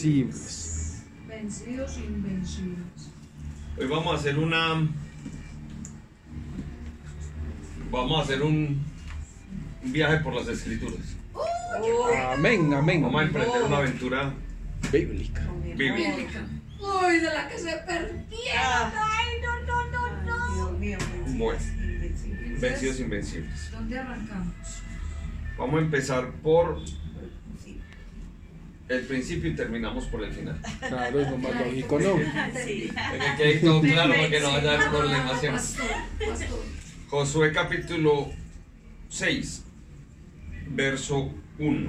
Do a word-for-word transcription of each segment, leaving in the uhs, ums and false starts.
invencibles. Vencidos invencibles. Hoy vamos a hacer una... Vamos a hacer un, un viaje por las escrituras. Amén, amén. Vamos a emprender una aventura Bíblica. bíblica. Uy, de la que se perdieron. Ay, no, no, no, no. Dios mío, Bueno, invencibles. vencidos invencibles. ¿Dónde arrancamos? Vamos a empezar por Sí. el principio y terminamos por el final. Claro, es lo más lógico, ¿no? Sí. Para que quede todo claro, para que no haya problemas siempre. Pastor, pastor. Josué capítulo seis, verso uno.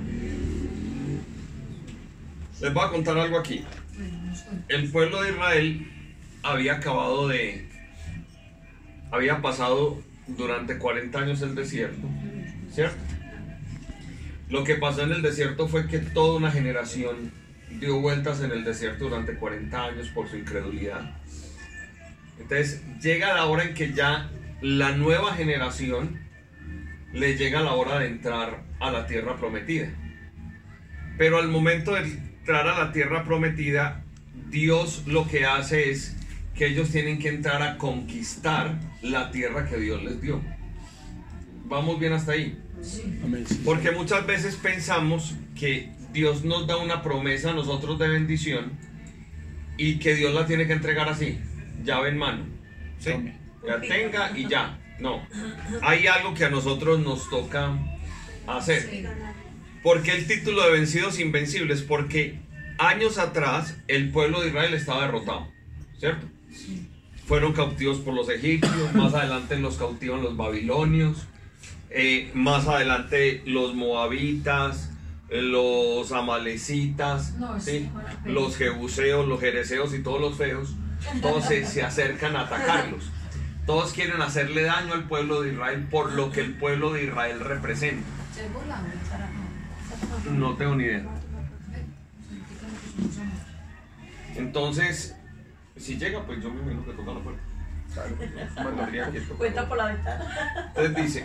Les voy a contar algo aquí. Bueno, nos cuenta. El pueblo de Israel había acabado de... Había pasado durante cuarenta años el desierto, ¿cierto? Lo que pasó en el desierto fue que toda una generación dio vueltas en el desierto durante cuarenta años por su incredulidad. Entonces llega la hora en que ya la nueva generación le llega la hora de entrar a la tierra prometida. Pero al momento de entrar a la tierra prometida, Dios lo que hace es que ellos tienen que entrar a conquistar la tierra que Dios les dio. ¿Vamos bien hasta ahí? Sí. Amén. Sí. Porque muchas veces pensamos que Dios nos da una promesa a nosotros de bendición y que Dios la tiene que entregar así, llave en mano, ¿sí? Amén. Ya tenga y ya. No, hay algo que a nosotros nos toca hacer. Sí. ¿Por qué el título de Vencidos Invencibles? Porque años atrás el pueblo de Israel estaba derrotado, ¿cierto? Sí. Fueron cautivos por los egipcios, más adelante los cautivan los babilonios, eh, más adelante los moabitas, los amalecitas, No, ¿sí? sí, bueno, pero- Los jebuseos, los jereseos y todos los feos, todos se, se acercan a atacarlos. Todos quieren hacerle daño al pueblo de Israel por lo que el pueblo de Israel representa. ¿Se volaba? No tengo ni idea. Ve, ahorita nos pusimos a amar. Entonces, si llega, pues yo me imagino que toca la puerta. Claro, pues, mandaría que tocar. Cuenta por la ventana. Entonces dice,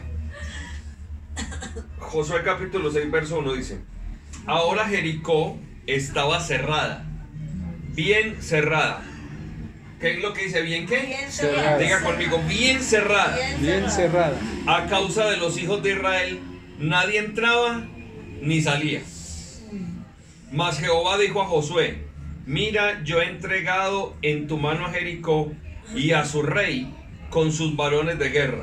Josué capítulo seis, verso uno dice: ahora Jericó estaba cerrada, bien cerrada. ¿Qué es lo que dice? ¿Bien qué? Bien Cerrada. cerrada. Diga conmigo, bien cerrada. Bien cerrada. A causa de los hijos de Israel, nadie entraba ni salía. Mas Jehová dijo a Josué: mira, yo he entregado en tu mano a Jericó y a su rey con sus varones de guerra.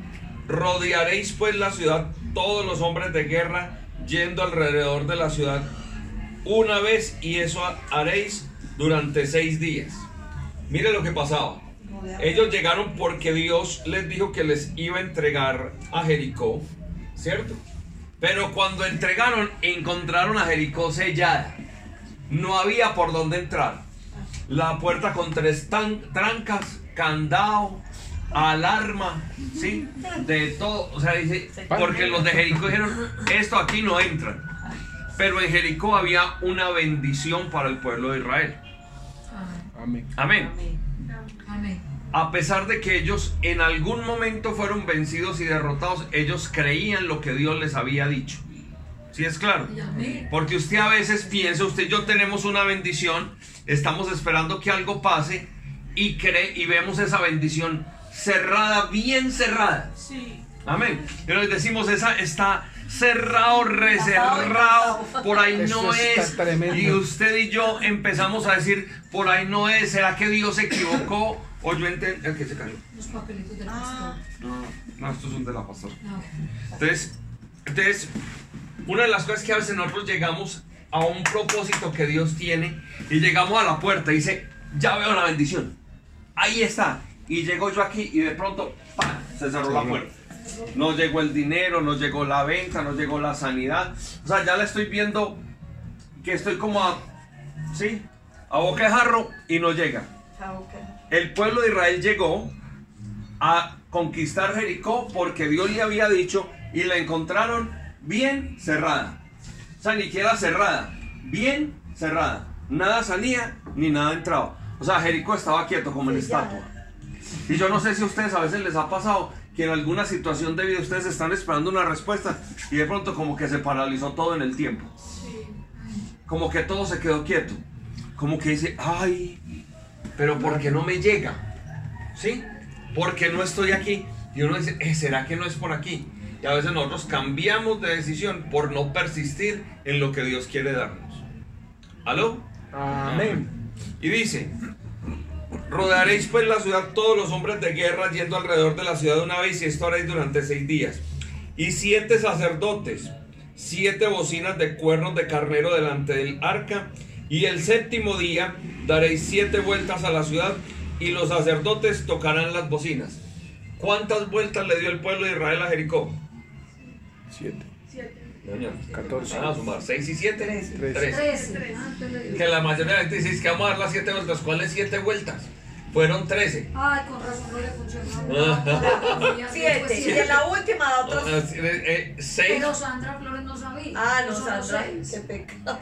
Rodearéis pues la ciudad, todos los hombres de guerra, yendo alrededor de la ciudad una vez, y eso haréis durante seis días. Mire lo que pasaba. Ellos llegaron porque Dios les dijo que les iba a entregar a Jericó, ¿cierto? Pero cuando entregaron, encontraron a Jericó sellada. No había por dónde entrar. La puerta con tres tan- trancas, candado, alarma, ¿sí? De todo. O sea, dice, porque los de Jericó dijeron, esto aquí no entra. Pero en Jericó había una bendición para el pueblo de Israel. Amén. Amén. Amén. A pesar de que ellos en algún momento fueron vencidos y derrotados, ellos creían lo que Dios les había dicho. ¿Sí es claro? Y amén. Porque usted a veces piensa, usted y yo tenemos una bendición, estamos esperando que algo pase y cree y vemos esa bendición cerrada, bien cerrada. Sí. Amén. Y nos decimos, esa está cerrado, recerrado, por ahí Eso no está es. tremendo. Y usted y yo empezamos a decir, por ahí no es. ¿Será que Dios se equivocó? O yo entendí. ¿El que se cayó? Los papelitos del Ah. pastor. No, no, estos son de la pastora. No. Entonces, entonces, una de las cosas que a veces nosotros llegamos a un propósito que Dios tiene y llegamos a la puerta y dice, ya veo la bendición. Ahí está. Y llego yo aquí y de pronto, ¡pam!, se cerró la puerta. No llegó el dinero, no llegó la venta, no llegó la sanidad. O sea, ya la estoy viendo que estoy como a, ¿sí? A boca de jarro y no llega. El pueblo de Israel llegó a conquistar Jericó porque Dios le había dicho y la encontraron bien cerrada. O sea, ni siquiera cerrada, bien cerrada. Nada salía ni nada entraba. O sea, Jericó estaba quieto como en estatua. Y yo no sé si a ustedes a veces les ha pasado que en alguna situación de vida ustedes están esperando una respuesta y de pronto como que se paralizó todo en el tiempo. como que todo se quedó quieto. Como que dice, ay, pero ¿por qué no me llega? ¿Sí? ¿Por qué no estoy aquí? Y uno dice, eh, ¿será que no es por aquí? Y a veces nosotros cambiamos de decisión por no persistir en lo que Dios quiere darnos. ¿Aló? Amén. Y dice, rodearéis pues la ciudad todos los hombres de guerra yendo alrededor de la ciudad una vez, y esto haréis durante seis días. Y siete sacerdotes, siete bocinas de cuernos de carnero delante del arca, y el séptimo día daréis siete vueltas a la ciudad, y los sacerdotes tocarán las bocinas. ¿Cuántas vueltas le dio el pueblo de Israel a Jericó? Siete. Siete. catorce. Van a sumar, seis y siete. Trece. Trece. Trece. Ah, entonces le digo. Que la mayoría de la gente dice es que vamos a dar las siete vueltas. ¿Cuáles siete vueltas? Fueron trece. Ay, con razón no le funcionó. Siete. Y en la última da otros. Eh, eh, seis. Pero Sandra Flores no sabía. Ah, no, Son los Sandra. seis. Qué pecado.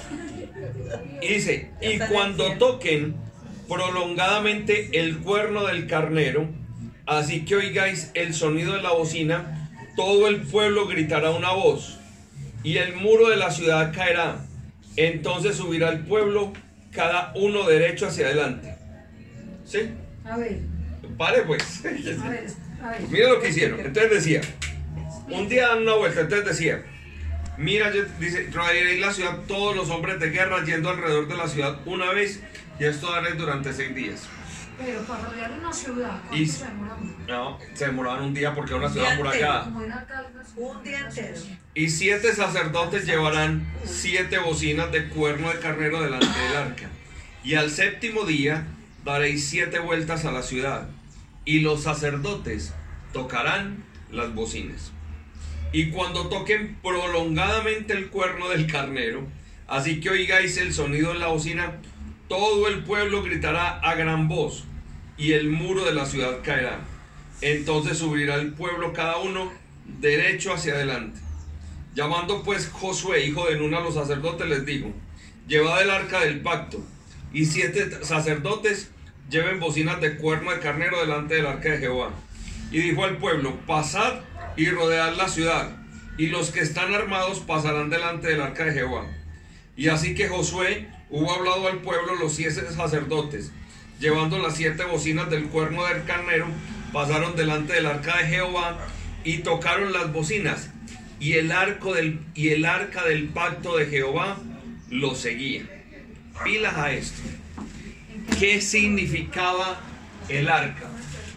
Y dice, Ya y está cuando vencida. toquen prolongadamente el cuerno del carnero, así que oigáis el sonido de la bocina, todo el pueblo gritará una voz, y el muro de la ciudad caerá. Entonces subirá el pueblo, cada uno derecho hacia adelante. ¿Sí? A ver, Vale, pues. a ver, a ver. Mira lo que hicieron. Entonces decía, un día dan una vuelta. Entonces decía, mira, yo- dice, rodearéis la ciudad todos los hombres de guerra yendo alrededor de la ciudad una vez, y esto haréis durante seis días. Pero para rodear una ciudad, ¿cuánto Y- se demora? No, se demoraban un día porque era una Un ciudad día amurallada. Como ir acá, algo así. Un día entero. Y siete sacerdotes llevarán siete bocinas de cuerno de carnero delante del arca. Y al séptimo día daréis siete vueltas a la ciudad, y los sacerdotes tocarán las bocinas. Y cuando toquen prolongadamente el cuerno del carnero, así que oigáis el sonido de la bocina, todo el pueblo gritará a gran voz, y el muro de la ciudad caerá. Entonces subirá el pueblo cada uno derecho hacia adelante. Llamando pues Josué, hijo de Nun, a los sacerdotes, les dijo, llevad el arca del pacto, y siete sacerdotes lleven bocinas de cuerno de carnero delante del arca de Jehová. Y dijo al pueblo, pasad y rodead la ciudad, y los que están armados pasarán delante del arca de Jehová. Y así que Josué hubo hablado al pueblo, los siete sacerdotes, llevando las siete bocinas del cuerno del carnero, pasaron delante del arca de Jehová y tocaron las bocinas, y el arco del y el arca del pacto de Jehová lo seguía. Pilas a esto. ¿Qué significaba el arca?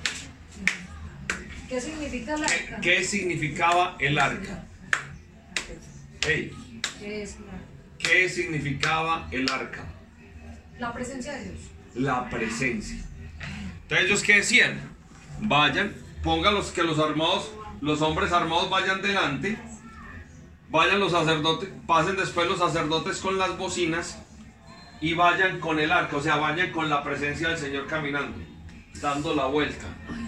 ¿Qué significa la ¿Qué, qué significaba el arca? Hey, ¿Qué es la, ¿qué significaba el arca? la presencia de Dios? La presencia. Entonces, ¿ellos qué decían? Vayan, pongan los que los armados, los hombres armados vayan delante, vayan los sacerdotes, pasen después los sacerdotes con las bocinas y vayan con el arca, o sea, vayan con la presencia del Señor caminando, dando la vuelta.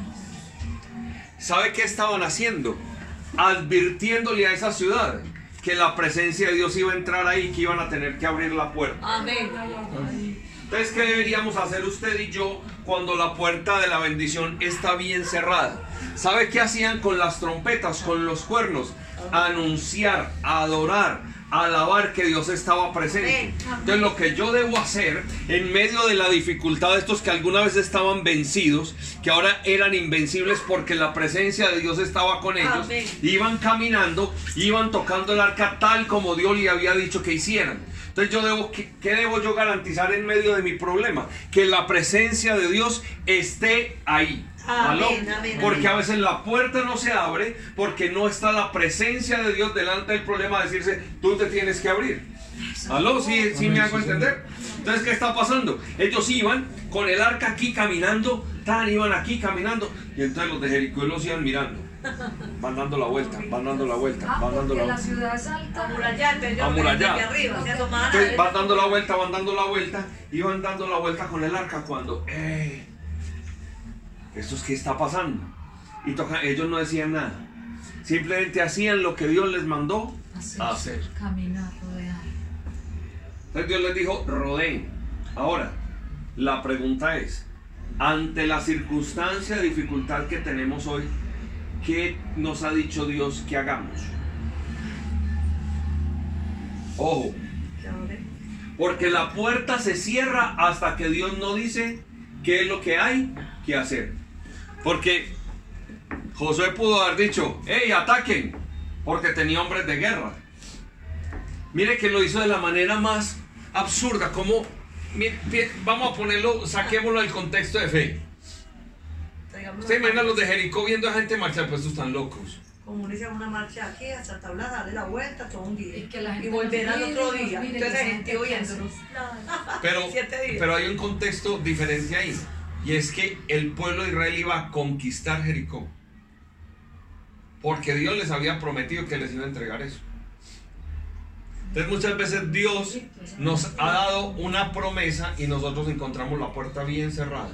¿Sabe qué estaban haciendo? Advirtiéndole a esa ciudad que la presencia de Dios iba a entrar ahí, que iban a tener que abrir la puerta. Amén. Entonces, ¿qué deberíamos hacer usted y yo cuando la puerta de la bendición está bien cerrada? ¿Sabe qué hacían con las trompetas, con los cuernos? Anunciar, adorar, alabar que Dios estaba presente. Entonces, lo que yo debo hacer en medio de la dificultad de estos que alguna vez estaban vencidos, que ahora eran invencibles porque la presencia de Dios estaba con ellos, Amén. iban caminando, iban tocando el arca tal como Dios le había dicho que hicieran. Entonces yo debo, ¿qué, qué debo yo garantizar en medio de mi problema? Que la presencia de Dios esté ahí. Amén, ¿Aló? amén, Porque amén. a veces la puerta no se abre porque no está la presencia de Dios delante del problema, decirse, tú te tienes que abrir. ¿Aló? ¿Sí, sí me hago entender? Entonces, ¿qué está pasando? Ellos iban con el arca aquí caminando, tan iban aquí caminando, y entonces los de Jericó los iban mirando. Van dando la vuelta, van dando la vuelta, Ah, van dando porque la la vuelta. ciudad es alta. Amurallada, entonces yo Amurallada. desde arriba, se asomaban a Entonces ver. van dando la vuelta, van dando la vuelta, y van dando la vuelta con el arca cuando, ¡eh! ¿Esto es qué está pasando? Y toca, ellos no decían nada. Simplemente hacían lo que Dios les mandó Hacer, hacer. Caminar, rodear. Entonces Dios les dijo, rodeen. Ahora, la pregunta es, ante la circunstancia de dificultad que tenemos hoy, ¿qué nos ha dicho Dios que hagamos? Ojo, Porque la puerta se cierra hasta que Dios no dice qué es lo que hay que hacer. Porque Josué pudo haber dicho, hey, ataquen, porque tenía hombres de guerra. Mire que lo hizo de la manera más absurda. Como, vamos a ponerlo, saquémoslo del contexto de fe. Ustedes imaginan los de Jericó viendo a gente marchar, pues estos están locos. Como dice una marcha aquí hasta Tabla, darle la vuelta todo un día. Y que la gente y volver nos al mire, otro nos día. mire, Entonces la nos gente mire, oyéndonos. Pero, Siete días. pero hay un contexto diferente ahí. Y es que el pueblo de Israel iba a conquistar Jericó. Porque Dios les había prometido que les iba a entregar eso. Entonces muchas veces Dios nos ha dado una promesa y nosotros encontramos la puerta bien cerrada.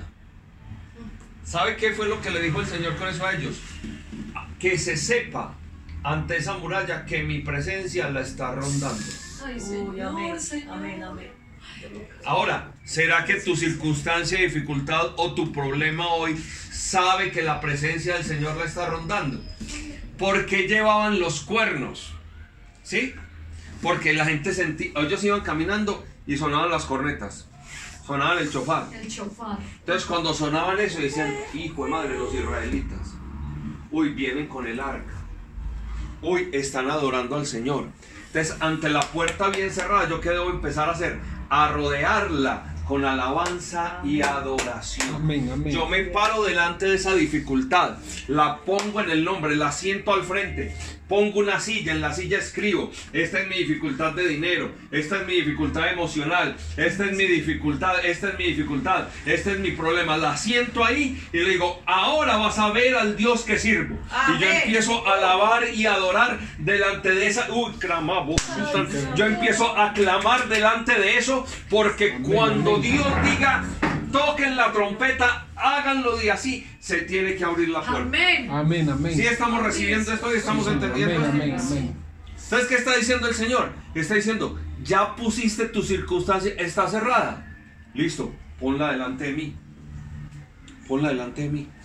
¿Sabe qué fue lo que le dijo el Señor con eso a ellos? Que se sepa ante esa muralla que mi presencia la está rondando. Ay, Uy, Señor, amén, Señor. amén, amén. Ahora, ¿será que tu circunstancia, dificultad o tu problema hoy sabe que la presencia del Señor la está rondando? ¿Por qué llevaban los cuernos? ¿Sí? Porque la gente sentía, ellos iban caminando y sonaban las cornetas, sonaban el chofar. El chofar. Entonces cuando sonaban eso decían, hijo de madre, los israelitas, uy, vienen con el arca, uy, están adorando al Señor. Entonces ante la puerta bien cerrada, ¿yo qué debo empezar a hacer? A rodearla con alabanza y adoración. Amén, amén. Yo me paro delante de esa dificultad, la pongo en el nombre, la siento al frente, pongo una silla, en la silla escribo, esta es mi dificultad de dinero, esta es mi dificultad emocional, esta es mi dificultad, esta es mi dificultad, este es mi problema, la siento ahí y le digo, ahora vas a ver al Dios que sirvo. Amén. Y yo empiezo a alabar y adorar delante de esa, uy, clamamos, yo empiezo a clamar delante de eso, porque Amén, cuando amén. Dios diga, toquen la trompeta, háganlo de así, se tiene que abrir la puerta. Amén. Amén, amén. Si estamos recibiendo esto y estamos Sí, Señor. entendiendo Amén, esto. amén, amén. ¿Sabes qué está diciendo el Señor? Está diciendo, ya pusiste tu circunstancia, está cerrada. Listo, ponla delante de mí. Ponla delante de mí.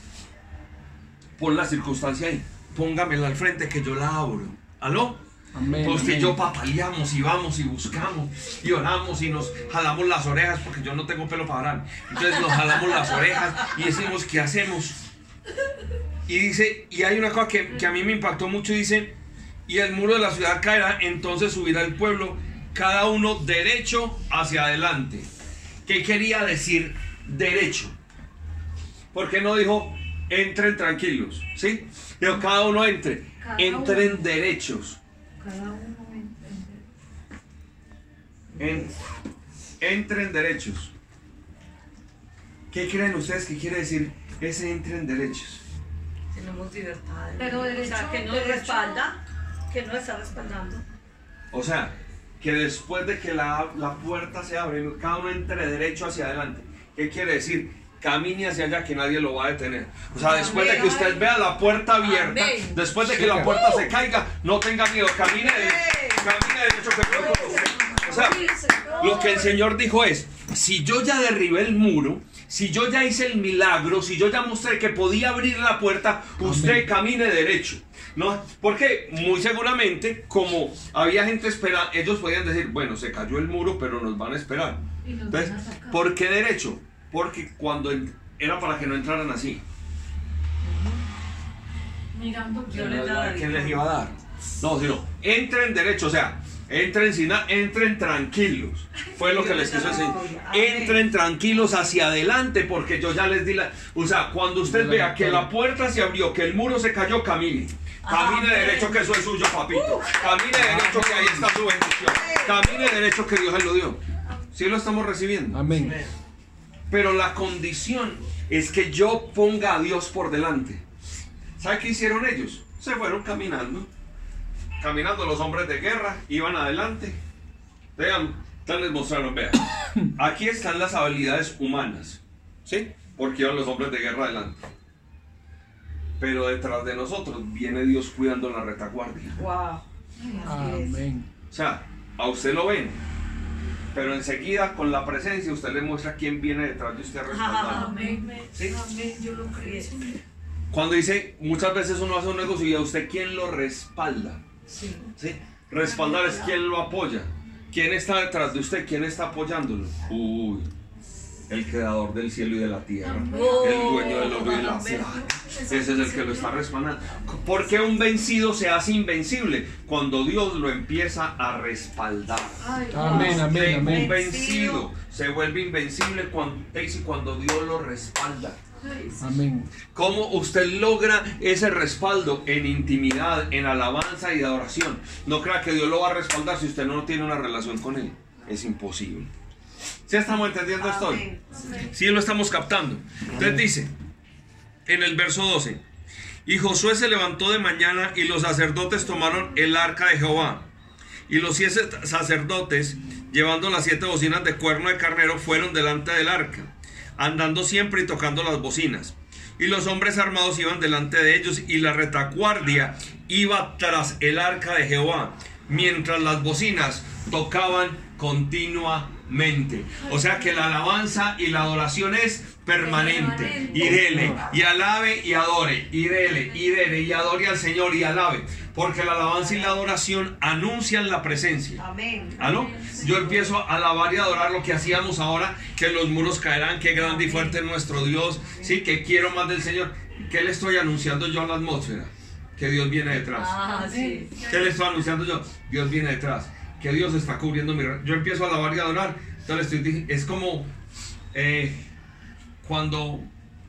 Pon la circunstancia ahí. Póngamela al frente que yo la abro. ¿Aló? Amén, Pues que amén. yo pataleamos y vamos y buscamos y oramos y nos jalamos las orejas porque yo no tengo pelo para hablar. Entonces nos jalamos las orejas y decimos, ¿qué hacemos? Y dice, y hay una cosa que, que a mí me impactó mucho, dice, y el muro de la ciudad caerá, entonces subirá el pueblo, cada uno derecho hacia adelante. ¿Qué quería decir derecho? Porque no dijo, entren tranquilos, ¿sí? Dijo, cada uno entre, Cada entren uno. derechos. Cada uno entiende. En, entren derechos. ¿Qué creen ustedes que quiere decir ese entren derechos? Tenemos libertad. Pero o derecho, sea, que nos derecho. respalda, que nos está respaldando. O sea, que después de que la, la puerta se abre, cada uno entre derecho hacia adelante. ¿Qué quiere decir? Camine hacia allá que nadie lo va a detener. O sea, después de que usted vea la puerta abierta, Amén. después de que la puerta se caiga, no tenga miedo, camine derecho, camine derecho que puedo con usted. O sea, Sí, Señor. lo que el Señor dijo es, si yo ya derribé el muro, si yo ya hice el milagro, si yo ya mostré que podía abrir la puerta, usted Amén. camine derecho. ¿No? Porque muy seguramente, como había gente esperando, ellos podían decir, bueno, se cayó el muro, pero nos van a esperar. Y nos Entonces, van a sacar. ¿por qué derecho? Porque cuando en- era para que no entraran así. Mirando Yo quién le daba- ¿Quién les iba a dar? No, sino, entren derecho, o sea, entren sin nada, entren tranquilos. Fue lo que les quiso decir. Entren tranquilos hacia adelante, porque yo ya les di la. O sea, cuando usted vea que la puerta se abrió, que el muro se cayó, camine. Camine Amén. derecho, que eso es suyo, papito. Camine derecho, que ahí está su bendición. Camine derecho, que Dios se lo dio. ¿Sí lo estamos recibiendo? Amén. Pero la condición es que yo ponga a Dios por delante. ¿Sabe qué hicieron ellos? Se fueron caminando. Caminando los hombres de guerra, iban adelante. Vean, entonces les mostraron, vean. Aquí están las habilidades humanas. ¿Sí? Porque iban los hombres de guerra adelante. Pero detrás de nosotros viene Dios cuidando la retaguardia. Wow. Amén. O sea, a usted lo ven. Pero enseguida con la presencia usted le muestra quién viene detrás de usted respaldando. Amén. ¿Sí? Amén. Yo lo creo. Señor. Cuando dice, muchas veces uno hace un negocio y a usted quién lo respalda. Sí. ¿Sí? Respaldar es quien lo apoya. ¿Quién está detrás de usted? ¿Quién está apoyándolo? Uy, el creador del cielo y de la tierra, el dueño del oro y la plata. Ese es el que lo está respaldando. ¿Por qué un vencido se hace invencible? Cuando Dios lo empieza a respaldar. Amén, amén, amén. Un vencido se vuelve invencible cuando, cuando Dios lo respalda. Amén. ¿Cómo usted logra ese respaldo? En intimidad, en alabanza y adoración. No crea que Dios lo va a respaldar si usted no tiene una relación con Él. Es imposible. ¿Sí estamos entendiendo esto hoy? ¿Sí lo estamos captando? Entonces dice, en el verso doce, y Josué se levantó de mañana y los sacerdotes tomaron el arca de Jehová. Y los siete sacerdotes, llevando las siete bocinas de cuerno de carnero, fueron delante del arca, andando siempre y tocando las bocinas. Y los hombres armados iban delante de ellos, y la retaguardia iba tras el arca de Jehová, mientras las bocinas tocaban continuamente. O sea que la alabanza y la adoración es permanente. Y dele, y alabe y adore, y dele, y dele, y adore al Señor y alabe. Porque la alabanza y la adoración anuncian la presencia. Amén. ¿Aló? Yo empiezo a alabar y adorar lo que hacíamos ahora, que los muros caerán, que grande y fuerte es nuestro Dios, sí, que quiero más del Señor. ¿Qué le estoy anunciando yo a la atmósfera? Que Dios viene detrás. Ah, sí. ¿Qué le estoy anunciando yo? Dios viene detrás. Que Dios está cubriendo mi... Yo empiezo a alabar y a adorar. Entonces estoy, es como eh, cuando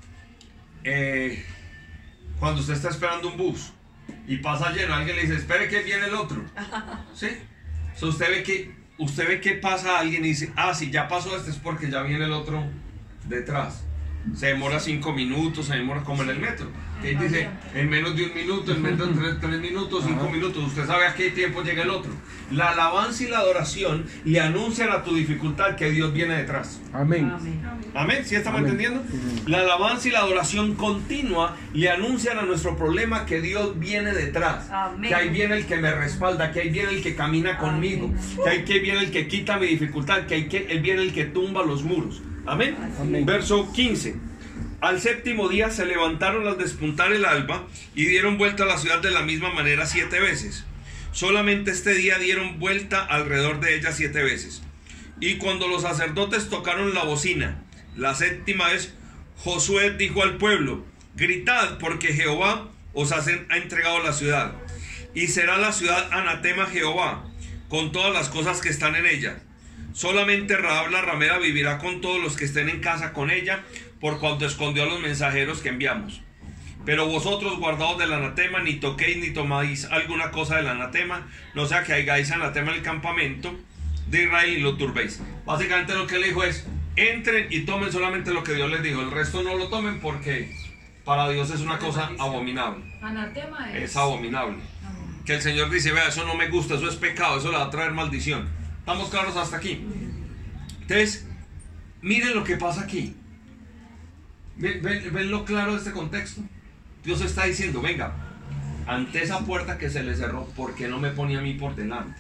eh, cuando usted está esperando un bus y pasa lleno, alguien le dice, espere que viene el otro. ¿Sí? So, usted ve que usted ve que pasa alguien y dice, ah, si ya pasó este es porque ya viene el otro detrás. Se demora cinco minutos, se demora como en el metro. Que dice, en menos de un minuto, en menos de tres, tres minutos, cinco minutos, usted sabe a qué tiempo llega el otro. La alabanza y la adoración le anuncian a tu dificultad que Dios viene detrás. Amén. Amén, ¿sí estamos Amén. entendiendo? La alabanza y la adoración continua le anuncian a nuestro problema que Dios viene detrás. Amén. Que ahí viene el que me respalda, que ahí viene el que camina conmigo, que ahí que viene el que quita mi dificultad, que ahí que él viene el que tumba los muros. Amén. Amén. Verso quince. Al séptimo día se levantaron al despuntar el alba y dieron vuelta a la ciudad de la misma manera siete veces. Solamente este día dieron vuelta alrededor de ella siete veces. Y cuando los sacerdotes tocaron la bocina la séptima vez, Josué dijo al pueblo, gritad porque Jehová os ha entregado la ciudad. Y será la ciudad anatema a Jehová, con todas las cosas que están en ella. Solamente Rahab la ramera vivirá con todos los que estén en casa con ella, por cuanto escondió a los mensajeros que enviamos. Pero vosotros guardaos del anatema, ni toquéis ni tomáis alguna cosa del anatema, no sea que hagáis anatema en el campamento de Israel y lo turbéis. Básicamente lo que le dijo es, entren y tomen solamente lo que Dios les dijo, el resto no lo tomen porque para Dios es una cosa abominable. Anatema es. Es abominable. Que el Señor dice, vea, eso no me gusta, eso es pecado, eso le va a traer maldición. ¿Estamos claros hasta aquí? Entonces, miren lo que pasa aquí. ¿Ven, ven, ven lo claro de este contexto? Dios está diciendo, venga, ante esa puerta que se le cerró, ¿por qué no me pone a mí por delante?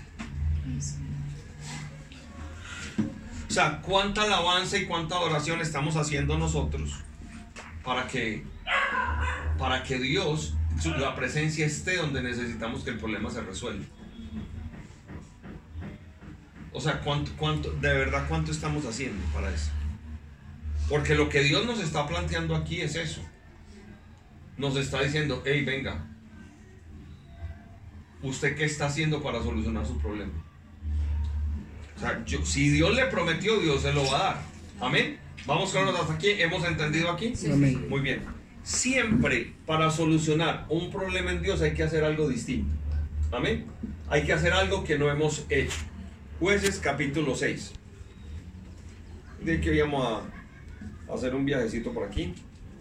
O sea, cuánta alabanza y cuánta adoración estamos haciendo nosotros para que, para que Dios, la presencia esté donde necesitamos que el problema se resuelva. O sea, ¿cuánto, cuánto, de verdad, cuánto estamos haciendo para eso? Porque lo que Dios nos está planteando aquí es eso. Nos está diciendo, hey, venga, ¿usted qué está haciendo para solucionar su problema? O sea, yo, si Dios le prometió, Dios se lo va a dar. Amén. Vamos claros hasta aquí. ¿Hemos entendido aquí? Sí. Amén. Muy bien. Siempre para solucionar un problema en Dios hay que hacer algo distinto. Amén. Hay que hacer algo que no hemos hecho. Jueces capítulo seis. De que íbamos a hacer un viajecito por aquí.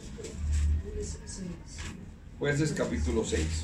Jueces capítulo seis.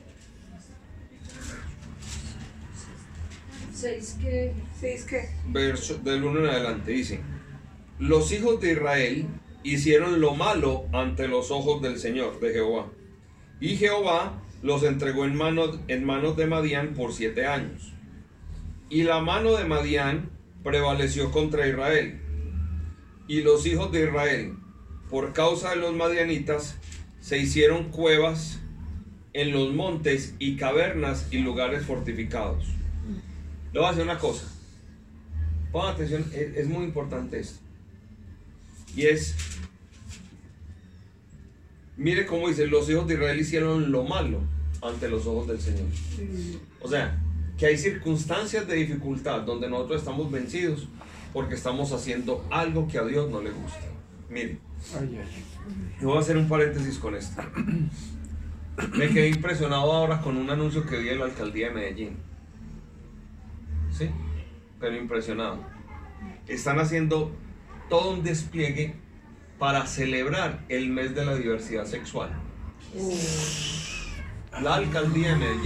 ¿Seis qué? ¿Seis qué? Verso del uno en adelante dice: los hijos de Israel hicieron lo malo ante los ojos del Señor, de Jehová. Y Jehová los entregó en manos, en manos de Madián por siete años. Y la mano de Madián prevaleció contra Israel. Y los hijos de Israel, por causa de los madianitas, se hicieron cuevas en los montes y cavernas y lugares fortificados. Le voy a decir una cosa. Pongan atención, es, es muy importante esto. Y es, mire cómo dice, los hijos de Israel hicieron lo malo ante los ojos del Señor. O sea, que hay circunstancias de dificultad donde nosotros estamos vencidos porque estamos haciendo algo que a Dios no le gusta. Mire, Ay, ay. yo voy a hacer un paréntesis con esto. Me quedé impresionado ahora con un anuncio que vi en la alcaldía de Medellín. ¿Sí? Pero impresionado. Están haciendo todo un despliegue para celebrar el mes de la diversidad sexual. La alcaldía de Medellín.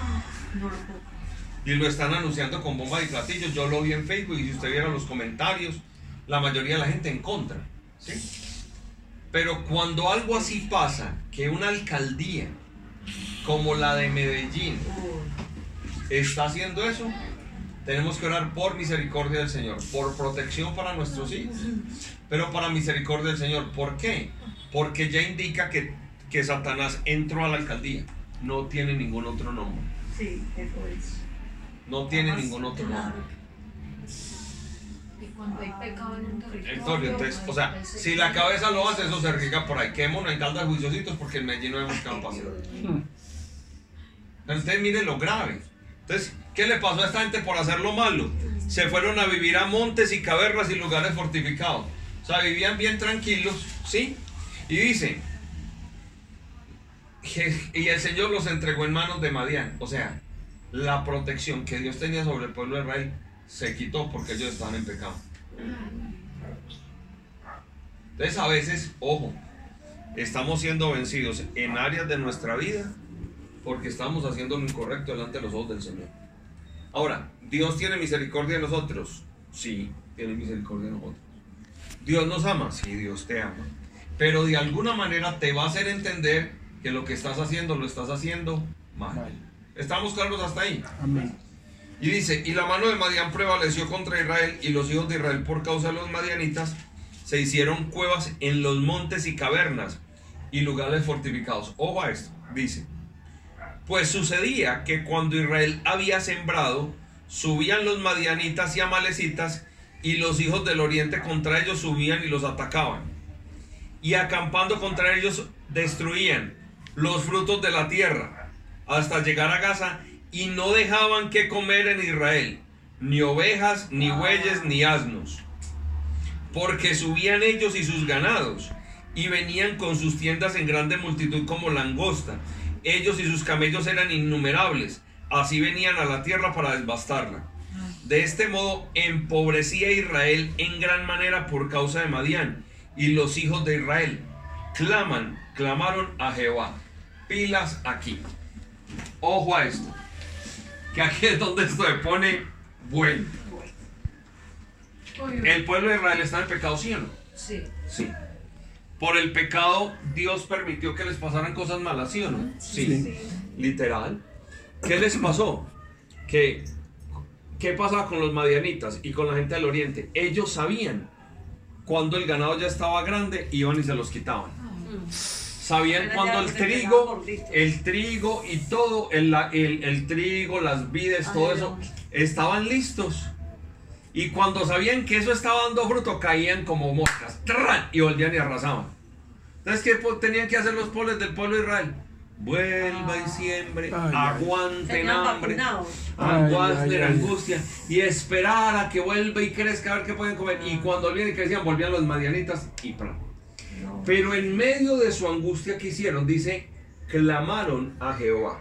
Y lo están anunciando con bomba y platillos. Yo lo vi en Facebook y si usted viera los comentarios, la mayoría de la gente en contra. ¿Sí? Pero cuando algo así pasa, que una alcaldía como la de Medellín está haciendo eso, tenemos que orar por misericordia del Señor, por protección para nuestros hijos, pero para misericordia del Señor. ¿Por qué? Porque ya indica que, que Satanás entró a la alcaldía. No tiene ningún otro nombre. Sí, eso es. No tiene ningún otro nombre. Y cuando hay pecado en un territorio. Territorio, entonces, o sea, si la cabeza lo hace, eso se riega por ahí. Quémonos en caldas juiciositos porque en Medellín no vemos qué va a pasar. Entonces, mire lo grave. Entonces, ¿qué le pasó a esta gente por hacer lo malo? Se fueron a vivir a montes y cavernas y lugares fortificados. O sea, vivían bien tranquilos, ¿sí? Y dice, y el Señor los entregó en manos de Madián. O sea, la protección que Dios tenía sobre el pueblo de Israel se quitó porque ellos estaban en pecado. Entonces, a veces, ojo, estamos siendo vencidos en áreas de nuestra vida porque estamos haciendo lo incorrecto delante de los ojos del Señor. Ahora, ¿Dios tiene misericordia de nosotros? Sí, tiene misericordia de nosotros. ¿Dios nos ama? Sí, Dios te ama. Pero de alguna manera te va a hacer entender que lo que estás haciendo lo estás haciendo mal. Mal. ¿Estamos claros hasta ahí? Amén. Y dice, y la mano de Madián prevaleció contra Israel, y los hijos de Israel por causa de los madianitas se hicieron cuevas en los montes y cavernas y lugares fortificados. Ojo a esto, dice, pues sucedía que cuando Israel había sembrado, subían los madianitas y amalecitas, y los hijos del oriente contra ellos subían y los atacaban. Y acampando contra ellos destruían los frutos de la tierra, hasta llegar a Gaza, y no dejaban que comer en Israel, ni ovejas, ni bueyes, ni asnos, porque subían ellos y sus ganados, y venían con sus tiendas en grande multitud como langosta. Ellos y sus camellos eran innumerables, así venían a la tierra para devastarla. De este modo empobrecía Israel en gran manera por causa de Madián, y los hijos de Israel claman, clamaron a Jehová. Pilas aquí. Ojo a esto, que aquí es donde esto se pone bueno. El pueblo de Israel está en pecado, ¿sí o no? Sí. Sí. Por el pecado Dios permitió que les pasaran cosas malas, ¿sí o no? Sí. Sí. Literal. ¿Qué les pasó? Que, ¿Qué pasaba con los madianitas y con la gente del oriente? Ellos sabían cuando el ganado ya estaba grande, iban y se los quitaban. Sabían cuando el trigo, el trigo y todo, el, el, el trigo, las vides, todo eso, estaban listos. Y cuando sabían que eso estaba dando fruto, caían como moscas, ¡tran! Y volvían y arrasaban. Entonces, ¿qué tenían que hacer los pobres del pueblo de Israel? Vuelva y siembre, Ay, aguanten Tenían hambre, vacunados. aguanten Ay, ay, ay. angustia y esperar a que vuelva y crezca a ver qué pueden comer. Y cuando volvían y crecían, volvían los madianitas y ¡pran! Pero en medio de su angustia que hicieron, dice, clamaron a Jehová.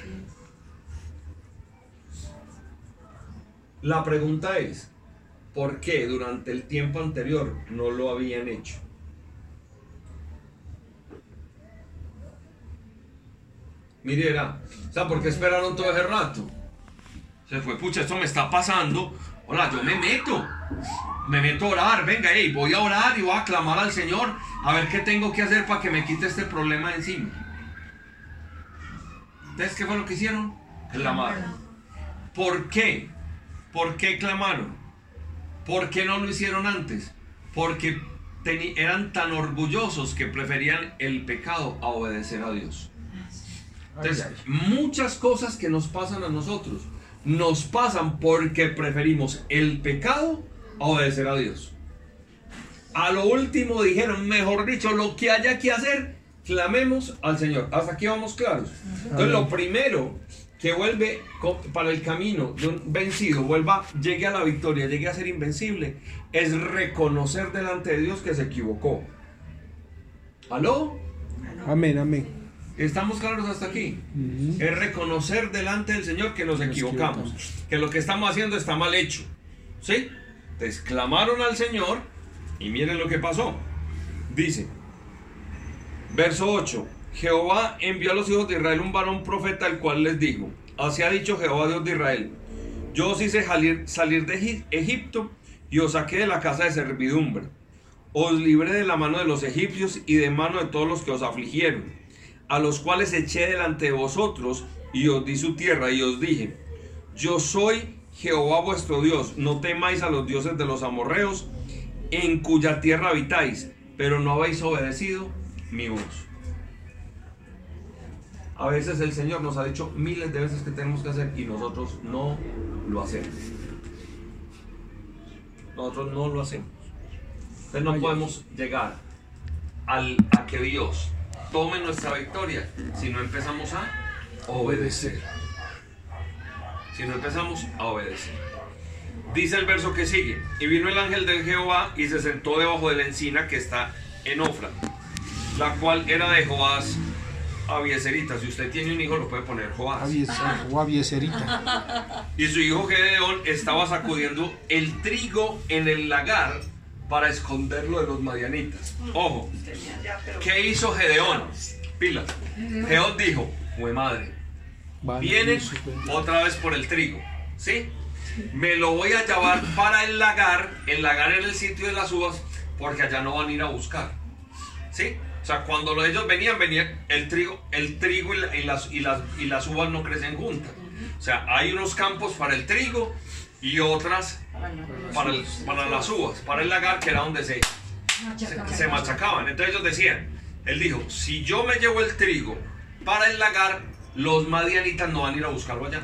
La pregunta es, ¿por qué durante el tiempo anterior no lo habían hecho? Mire, era, o sea, ¿por qué esperaron todo ese rato? Se fue, pucha, esto me está pasando. Hola, yo me meto. Me meto a orar, venga, hey, voy a orar y voy a clamar al Señor a ver qué tengo que hacer para que me quite este problema de encima. Entonces, ¿qué fue lo que hicieron? Clamaron. ¿Por qué? ¿Por qué clamaron? ¿Por qué no lo hicieron antes? Porque eran tan orgullosos que preferían el pecado a obedecer a Dios. Entonces, Ay, ay. muchas cosas que nos pasan a nosotros nos pasan porque preferimos el pecado a obedecer a Dios. A lo último dijeron, mejor dicho, lo que haya que hacer, clamemos al Señor. Hasta aquí vamos claros. Entonces lo primero que vuelve para el camino de un vencido, vuelva, llegue a la victoria, llegue a ser invencible, es reconocer delante de Dios que se equivocó. ¿Aló? Amén, amén. ¿Estamos claros hasta aquí? Uh-huh. Es reconocer delante del Señor que nos, nos equivocamos, equivocamos, que lo que estamos haciendo está mal hecho. ¿Sí? Entonces clamaron al Señor y miren lo que pasó. Dice, verso ocho: Jehová envió a los hijos de Israel un varón profeta, el cual les dijo: así ha dicho Jehová Dios de Israel, yo os hice salir, salir de Egipto y os saqué de la casa de servidumbre, os libré de la mano de los egipcios y de mano de todos los que os afligieron, a los cuales eché delante de vosotros y os di su tierra, y os dije: yo soy Jehová vuestro Dios, no temáis a los dioses de los amorreos, en cuya tierra habitáis, pero no habéis obedecido mi voz. A veces el Señor nos ha dicho miles de veces que tenemos que hacer y nosotros no lo hacemos. Nosotros no lo hacemos. Entonces no podemos llegar al, a que Dios tome nuestra victoria si no empezamos a obedecer. Si no empezamos a obedecer. Dice el verso que sigue: y vino el ángel de Jehová y se sentó debajo de la encina que está en Ofra, la cual era de Joás Abieserita. Si usted tiene un hijo, lo puede poner Joás. O Abieserita. Y su hijo Gedeón estaba sacudiendo el trigo en el lagar para esconderlo de los madianitas. Ojo, ¿qué hizo Gedeón? Pila. Gedeón dijo: jue madre, vienen otra vez por el trigo, ¿sí? Me lo voy a llevar para el lagar. El lagar en el sitio de las uvas, porque allá no van a ir a buscar, ¿sí? O sea, cuando ellos venían, venían el trigo, el trigo y, la, y, las, y, las, y las uvas no crecen juntas. O sea, hay unos campos para el trigo y otras para, el, para las uvas, para el lagar, que era donde se, se, se machacaban. Entonces ellos decían, él dijo: si yo me llevo el trigo para el lagar, los madianitas no van a ir a buscarlo allá.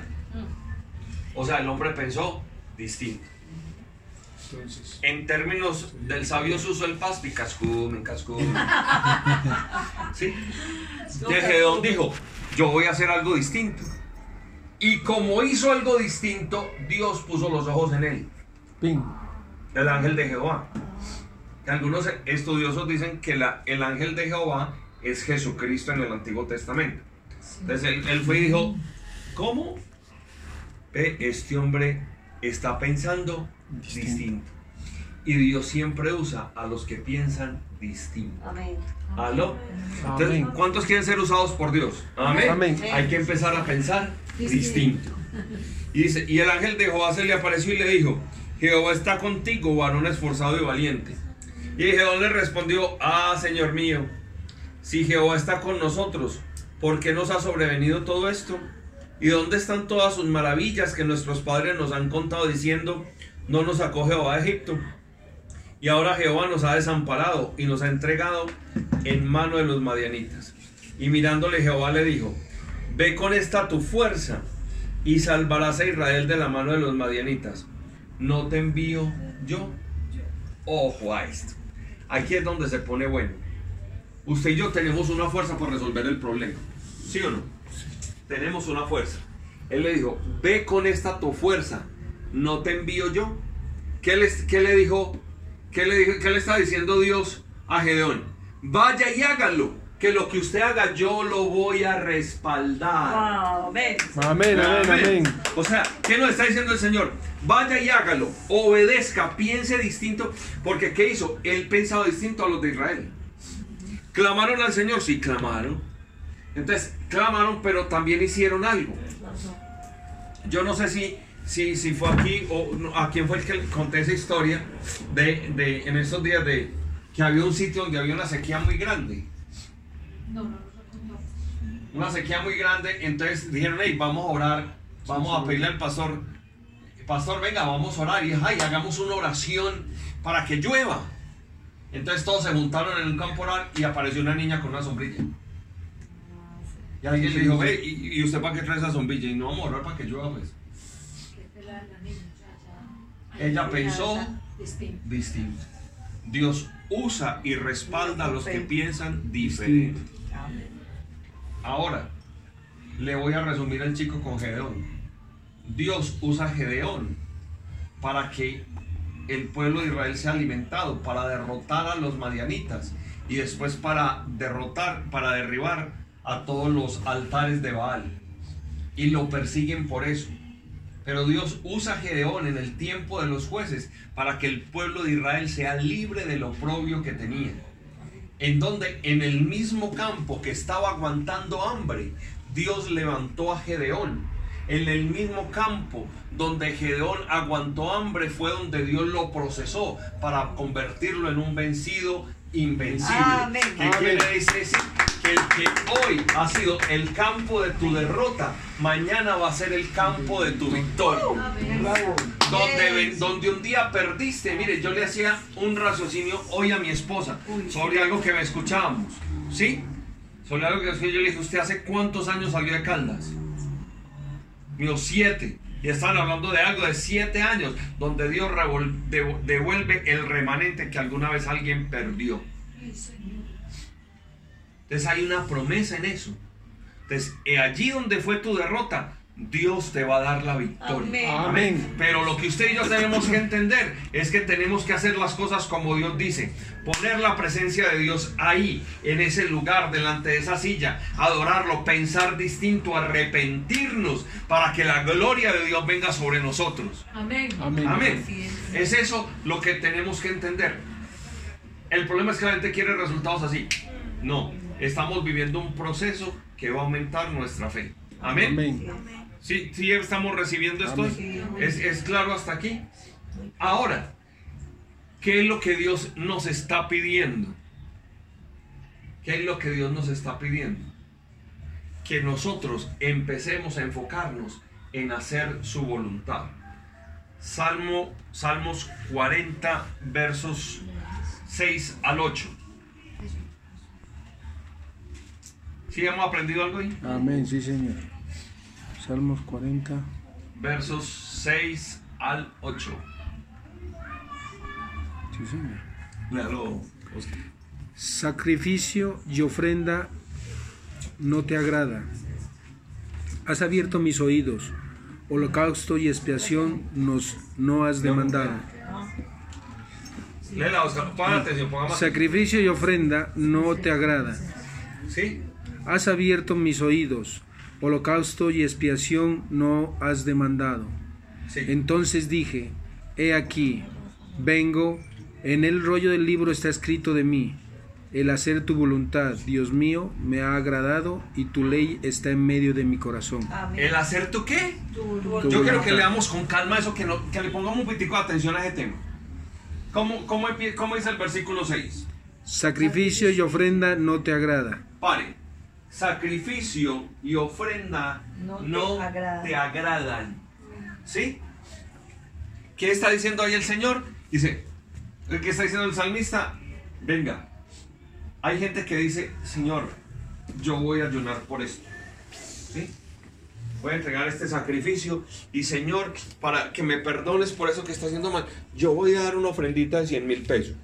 O sea, el hombre pensó distinto. Entonces, en términos del sabio uso el pas, cascumen, cascumen. ¿Sí? De Gedeón dijo: yo voy a hacer algo distinto. Y como hizo algo distinto, Dios puso los ojos en él. Ping. El ángel de Jehová. Algunos estudiosos dicen que la, el ángel de Jehová es Jesucristo en el Antiguo Testamento. Entonces él, él fue y dijo: ¿cómo? Ve, este hombre está pensando distinto. distinto. Y Dios siempre usa a los que piensan distinto. Amén. ¿Aló? Entonces, ¿cuántos quieren ser usados por Dios? Amén. Amén. Hay que empezar a pensar distinto. Y dice: y el ángel de Jehová se le apareció y le dijo: Jehová está contigo, varón esforzado y valiente. Y Jehová le respondió: ah, Señor mío, si Jehová está con nosotros, ¿por qué nos ha sobrevenido todo esto? ¿Y dónde están todas sus maravillas que nuestros padres nos han contado diciendo: no nos sacó Jehová de Egipto? Y ahora Jehová nos ha desamparado y nos ha entregado en mano de los madianitas. Y mirándole, Jehová le dijo: ve con esta tu fuerza y salvarás a Israel de la mano de los madianitas. ¿No te envío yo? Ojo a esto. Aquí es donde se pone bueno. Usted y yo tenemos una fuerza para resolver el problema, ¿sí o no? Tenemos una fuerza. Él le dijo: ve con esta tu fuerza, ¿no te envío yo? ¿Qué le, qué le dijo? ¿Qué le, dijo, ¿Qué le está diciendo Dios a Gedeón? Vaya y hágalo, que lo que usted haga yo lo voy a respaldar. Wow, amén. Amén, amén, amén. O sea, ¿qué nos está diciendo el Señor? Vaya y hágalo, obedezca, piense distinto. Porque ¿qué hizo? Él pensaba distinto a los de Israel. ¿Clamaron al Señor? Sí, clamaron. Entonces, clamaron, pero también hicieron algo. Yo no sé si, si, si fue aquí o no, a quién fue el que le conté esa historia de, de en estos días de que había un sitio donde había una sequía muy grande. No, no, no. Una sequía muy grande. Entonces dijeron: hey, vamos a orar, vamos a pedirle al pastor: pastor, venga, vamos a orar. Y ay, hagamos una oración para que llueva. Entonces todos se juntaron en un campo a orar y apareció una niña con una sombrilla. Y alguien le dijo: ve, ¿y, y usted para qué trae esa sombrilla? Y no, vamos a orar para que llueva, pues. Ella pensó Distinto. distinto. Dios usa y respalda a los que piensan diferente. Amén. Ahora, le voy a resumir al chico con Gedeón. Dios usa a Gedeón para que el pueblo de Israel sea alimentado, para derrotar a los madianitas y después para derrotar, para derribar a todos los altares de Baal. Y lo persiguen por eso. Pero Dios usa a Gedeón en el tiempo de los jueces para que el pueblo de Israel sea libre del oprobio que tenía. En donde, en el mismo campo que estaba aguantando hambre, Dios levantó a Gedeón. En el mismo campo donde Gedeón aguantó hambre fue donde Dios lo procesó para convertirlo en un vencido invencible. Amén. ¿Qué Amén. quiere decir eso? Que el que hoy ha sido el campo de tu derrota, mañana va a ser el campo de tu victoria. Bravo. Donde, Yes. ven- donde un día perdiste, mire, yo le hacía un raciocinio hoy a mi esposa Uy. sobre algo que me escuchábamos, ¿sí? Sobre algo que yo le dije, ¿usted hace cuántos años salió de Caldas? Me dijo, siete. Y estaban hablando de algo de siete años, donde Dios revol- dev- devuelve el remanente que alguna vez alguien perdió. Entonces hay una promesa en eso. Entonces, eh, allí donde fue tu derrota, Dios te va a dar la victoria. Amén. Amén. Pero lo que usted y yo tenemos que entender es que tenemos que hacer las cosas como Dios dice. Poner la presencia de Dios ahí, en ese lugar, delante de esa silla. Adorarlo, pensar distinto, arrepentirnos para que la gloria de Dios venga sobre nosotros. Amén. Amén. Amén. Así es. Es eso lo que tenemos que entender. El problema es que la gente quiere resultados así. No, estamos viviendo un proceso que va a aumentar nuestra fe. Amén. Amén. Amén. Sí, sí estamos recibiendo esto. Amén. ¿Es, es claro hasta aquí? Ahora, ¿qué es lo que Dios nos está pidiendo? ¿Qué es lo que Dios nos está pidiendo? Que nosotros empecemos a enfocarnos en hacer su voluntad. Salmo, Salmos cuarenta, versos seis al ocho. ¿Sí hemos aprendido algo ahí? Amén, sí, señor. Salmos cuarenta. Versos seis al ocho. Sí, señor. Léalo, Oscar. Sacrificio y ofrenda no te agrada. Has abierto mis oídos. Holocausto y expiación nos no has demandado. Léela, Oscar. Pongan atención, pongamos. Sacrificio y ofrenda no te agrada. ¿Sí? Has abierto mis oídos. Holocausto y expiación no has demandado. Sí. Entonces dije, he aquí, vengo, en el rollo del libro está escrito de mí, el hacer tu voluntad, Dios mío, me ha agradado y tu ley está en medio de mi corazón. Amén. ¿El hacer tú qué? Tu Tu Yo quiero voluntad. que leamos con calma eso, que, no, que le pongamos un poquitico de atención a ese tema. ¿Cómo, cómo, empie- cómo dice el versículo seis? Sacrificio y ofrenda no te agrada. Pare. Sacrificio y ofrenda No no, te agradan. te agradan. ¿Sí? ¿Qué está diciendo ahí el Señor? Dice, ¿qué está diciendo el salmista? Venga, hay gente que dice, Señor, yo voy a ayunar por esto. ¿Sí? Voy a entregar este sacrificio y Señor, para que me perdones por eso que está haciendo mal, yo voy a dar una ofrendita de cien mil pesos.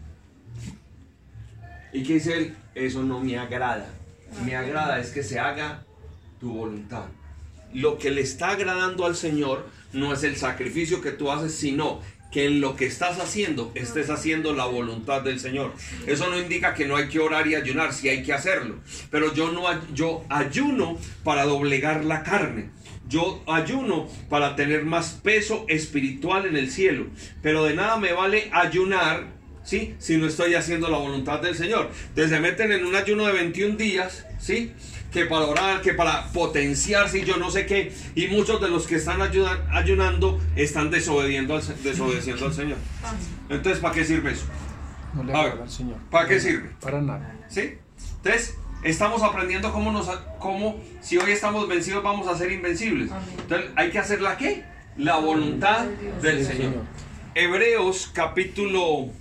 ¿Y qué dice él? Eso no me agrada. Me agrada es que se haga tu voluntad. Lo que le está agradando al Señor no es el sacrificio que tú haces, sino que en lo que estás haciendo estés haciendo la voluntad del Señor. Eso no indica que no hay que orar y ayunar, sí hay que hacerlo. Pero yo no ay- yo ayuno para doblegar la carne. Yo ayuno para tener más peso espiritual en el cielo. Pero de nada me vale ayunar, ¿sí? Si no estoy haciendo la voluntad del Señor. Entonces se meten en un ayuno de veintiún días, ¿sí? Que para orar, que para potenciarse y yo no sé qué. Y muchos de los que están ayudan- ayunando están desobediendo al, se- desobedeciendo al Señor. Entonces, ¿para qué sirve eso? No le A ver, agrada al Señor. ¿para qué sirve? Para nada. ¿Sí? Entonces, estamos aprendiendo cómo nos, cómo, si hoy estamos vencidos, vamos a ser invencibles. Entonces, hay que hacer la qué? La voluntad del Sí, Señor. Señor. Hebreos capítulo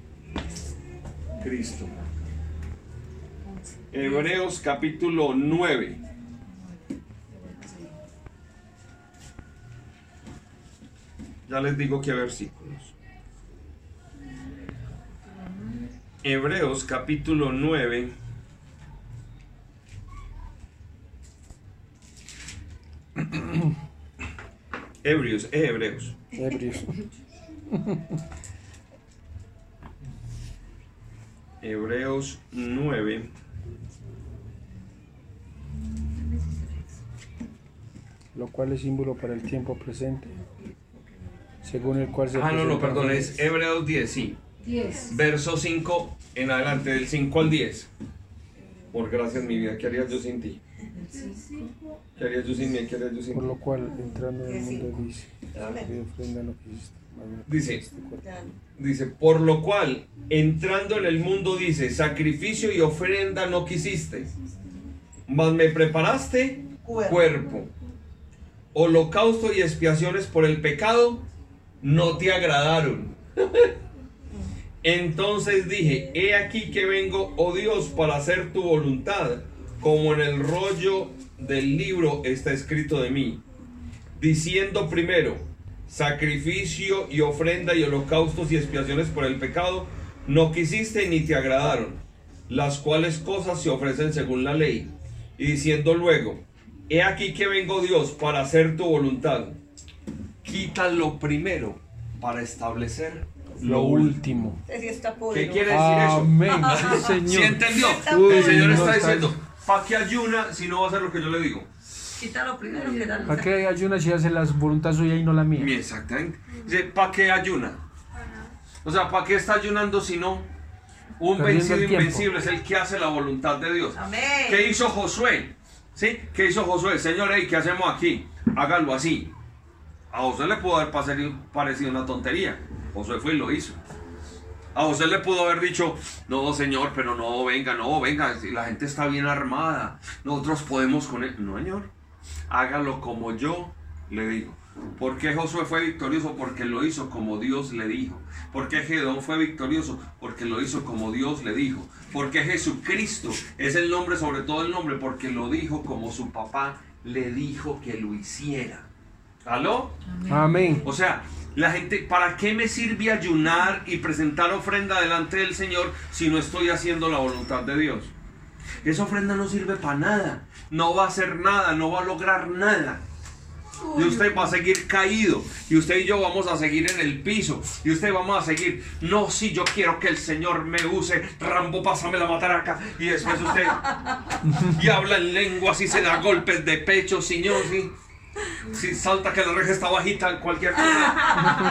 Cristo. Hebreos capítulo nueve. Ya les digo qué versículos. Hebreos capítulo nueve. Hebreos, eh, Hebreos. Hebreos. Hebreos nueve. Lo cual es símbolo para el tiempo presente, según el cual se Ah, no, no, presentan perdón, los- es Hebreos diez, sí. diez. Verso cinco en adelante, del cinco al diez. Por gracias, mi vida, ¿qué harías yo sin ti? ¿Qué harías yo sin mí? ¿Qué harías yo sin Por ti? lo cual, entrando en el mundo, dice: Dale. "Pide ofrenda lo que hiciste, más bien Dice, este cuerpo". Ya. Dice, por lo cual, entrando en el mundo, dice, sacrificio y ofrenda no quisiste, mas me preparaste Cuerpo. cuerpo. Holocausto y expiaciones por el pecado no te agradaron. Entonces dije, he aquí que vengo, oh Dios, para hacer tu voluntad, como en el rollo del libro está escrito de mí, diciendo primero, sacrificio y ofrenda y holocaustos y expiaciones por el pecado no quisiste ni te agradaron, las cuales cosas se ofrecen según la ley, y diciendo luego, he aquí que vengo, Dios, para hacer tu voluntad. Quita lo primero para establecer Lo último. Ese sí está ¿Qué poderoso. quiere decir eso? Amén. Sí, señor. ¿Sí entendió? Uy, El Señor no, está está- diciendo, ¿para qué ayuna si no va a hacer lo que yo le digo? Quita lo primero que da. ¿Para qué ayunas si hace la voluntad suya y no la mía? Exactamente. Dice, ¿para qué ayuna? O sea, ¿para qué está ayunando si no? Un Perdiendo vencido el tiempo. invencible es el que hace la voluntad de Dios. Amén. ¿Qué hizo Josué? ¿Sí? ¿Qué hizo Josué? Señor, hey, ¿qué hacemos aquí? Hágalo así. A Josué le pudo haber pasari- parecido una tontería. Josué fue y lo hizo. A Josué le pudo haber dicho, no, señor, pero no, venga, no, venga, si la gente está bien armada, nosotros podemos con él. No, señor, hágalo como yo le digo. ¿Por qué Josué fue victorioso? Porque lo hizo como Dios le dijo. ¿Por qué Gedeón fue victorioso? Porque lo hizo como Dios le dijo. ¿Por qué Jesucristo es el nombre sobre todo el nombre? Porque lo dijo como su papá le dijo que lo hiciera. ¿Aló? Amén. O sea, la gente, ¿para qué me sirve ayunar y presentar ofrenda delante del Señor si no estoy haciendo la voluntad de Dios? Esa ofrenda no sirve para nada, no va a hacer nada, no va a lograr nada. Y usted va a seguir caído, y usted y yo vamos a seguir en el piso, y usted vamos a seguir, no, si yo quiero que el Señor me use, Rambo, pásame la mataraca, y después usted, y habla en lenguas y se da golpes de pecho, Señor, sí. Si salta que la reja está bajita, cualquier cosa.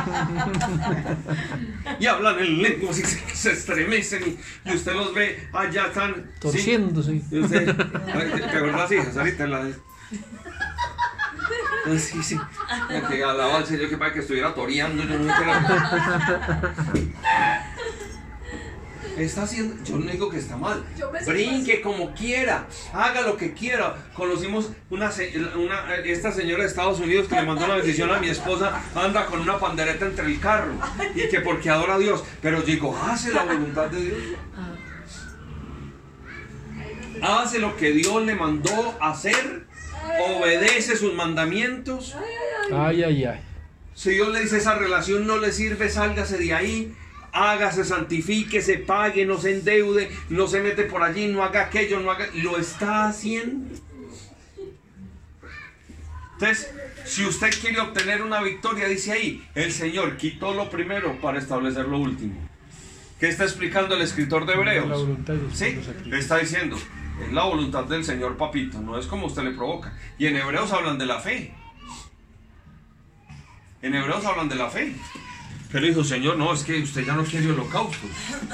Y hablan en lenguas y se, se estremecen. Y, y usted los ve allá tan. Torciéndose. ¿sí? Y usted, ay, ¿te, te acuerdas, hijas? Ahorita en la. Ah, sí, sí. Que alaba al Señor que para que estuviera toreando. Yo no sé qué era. Está haciendo, yo no digo que está mal, Yo me brinque como quiera, haga lo que quiera. Conocimos una, se- una esta señora de Estados Unidos que le mandó una bendición a mi esposa, anda con una pandereta entre el carro y que porque adora a Dios, pero digo, hace la voluntad de Dios, hace lo que Dios le mandó hacer, obedece sus mandamientos. Ay, ay, ay. Si Dios le dice esa relación no le sirve, sálgase de ahí, hágase, santifíquese, pague, no se endeude, no se mete por allí, no haga aquello, no haga, lo está haciendo. Entonces, si usted quiere obtener una victoria, dice ahí, el Señor quitó lo primero para establecer lo último. ¿Qué está explicando el escritor de La Hebreos? voluntad de Sí, Dios aquí. está diciendo, es la voluntad del Señor, papito, no es como usted le provoca. Y en Hebreos hablan de la fe. En Hebreos hablan de la fe. Pero dijo, Señor, no, es que usted ya no quiere holocaustos.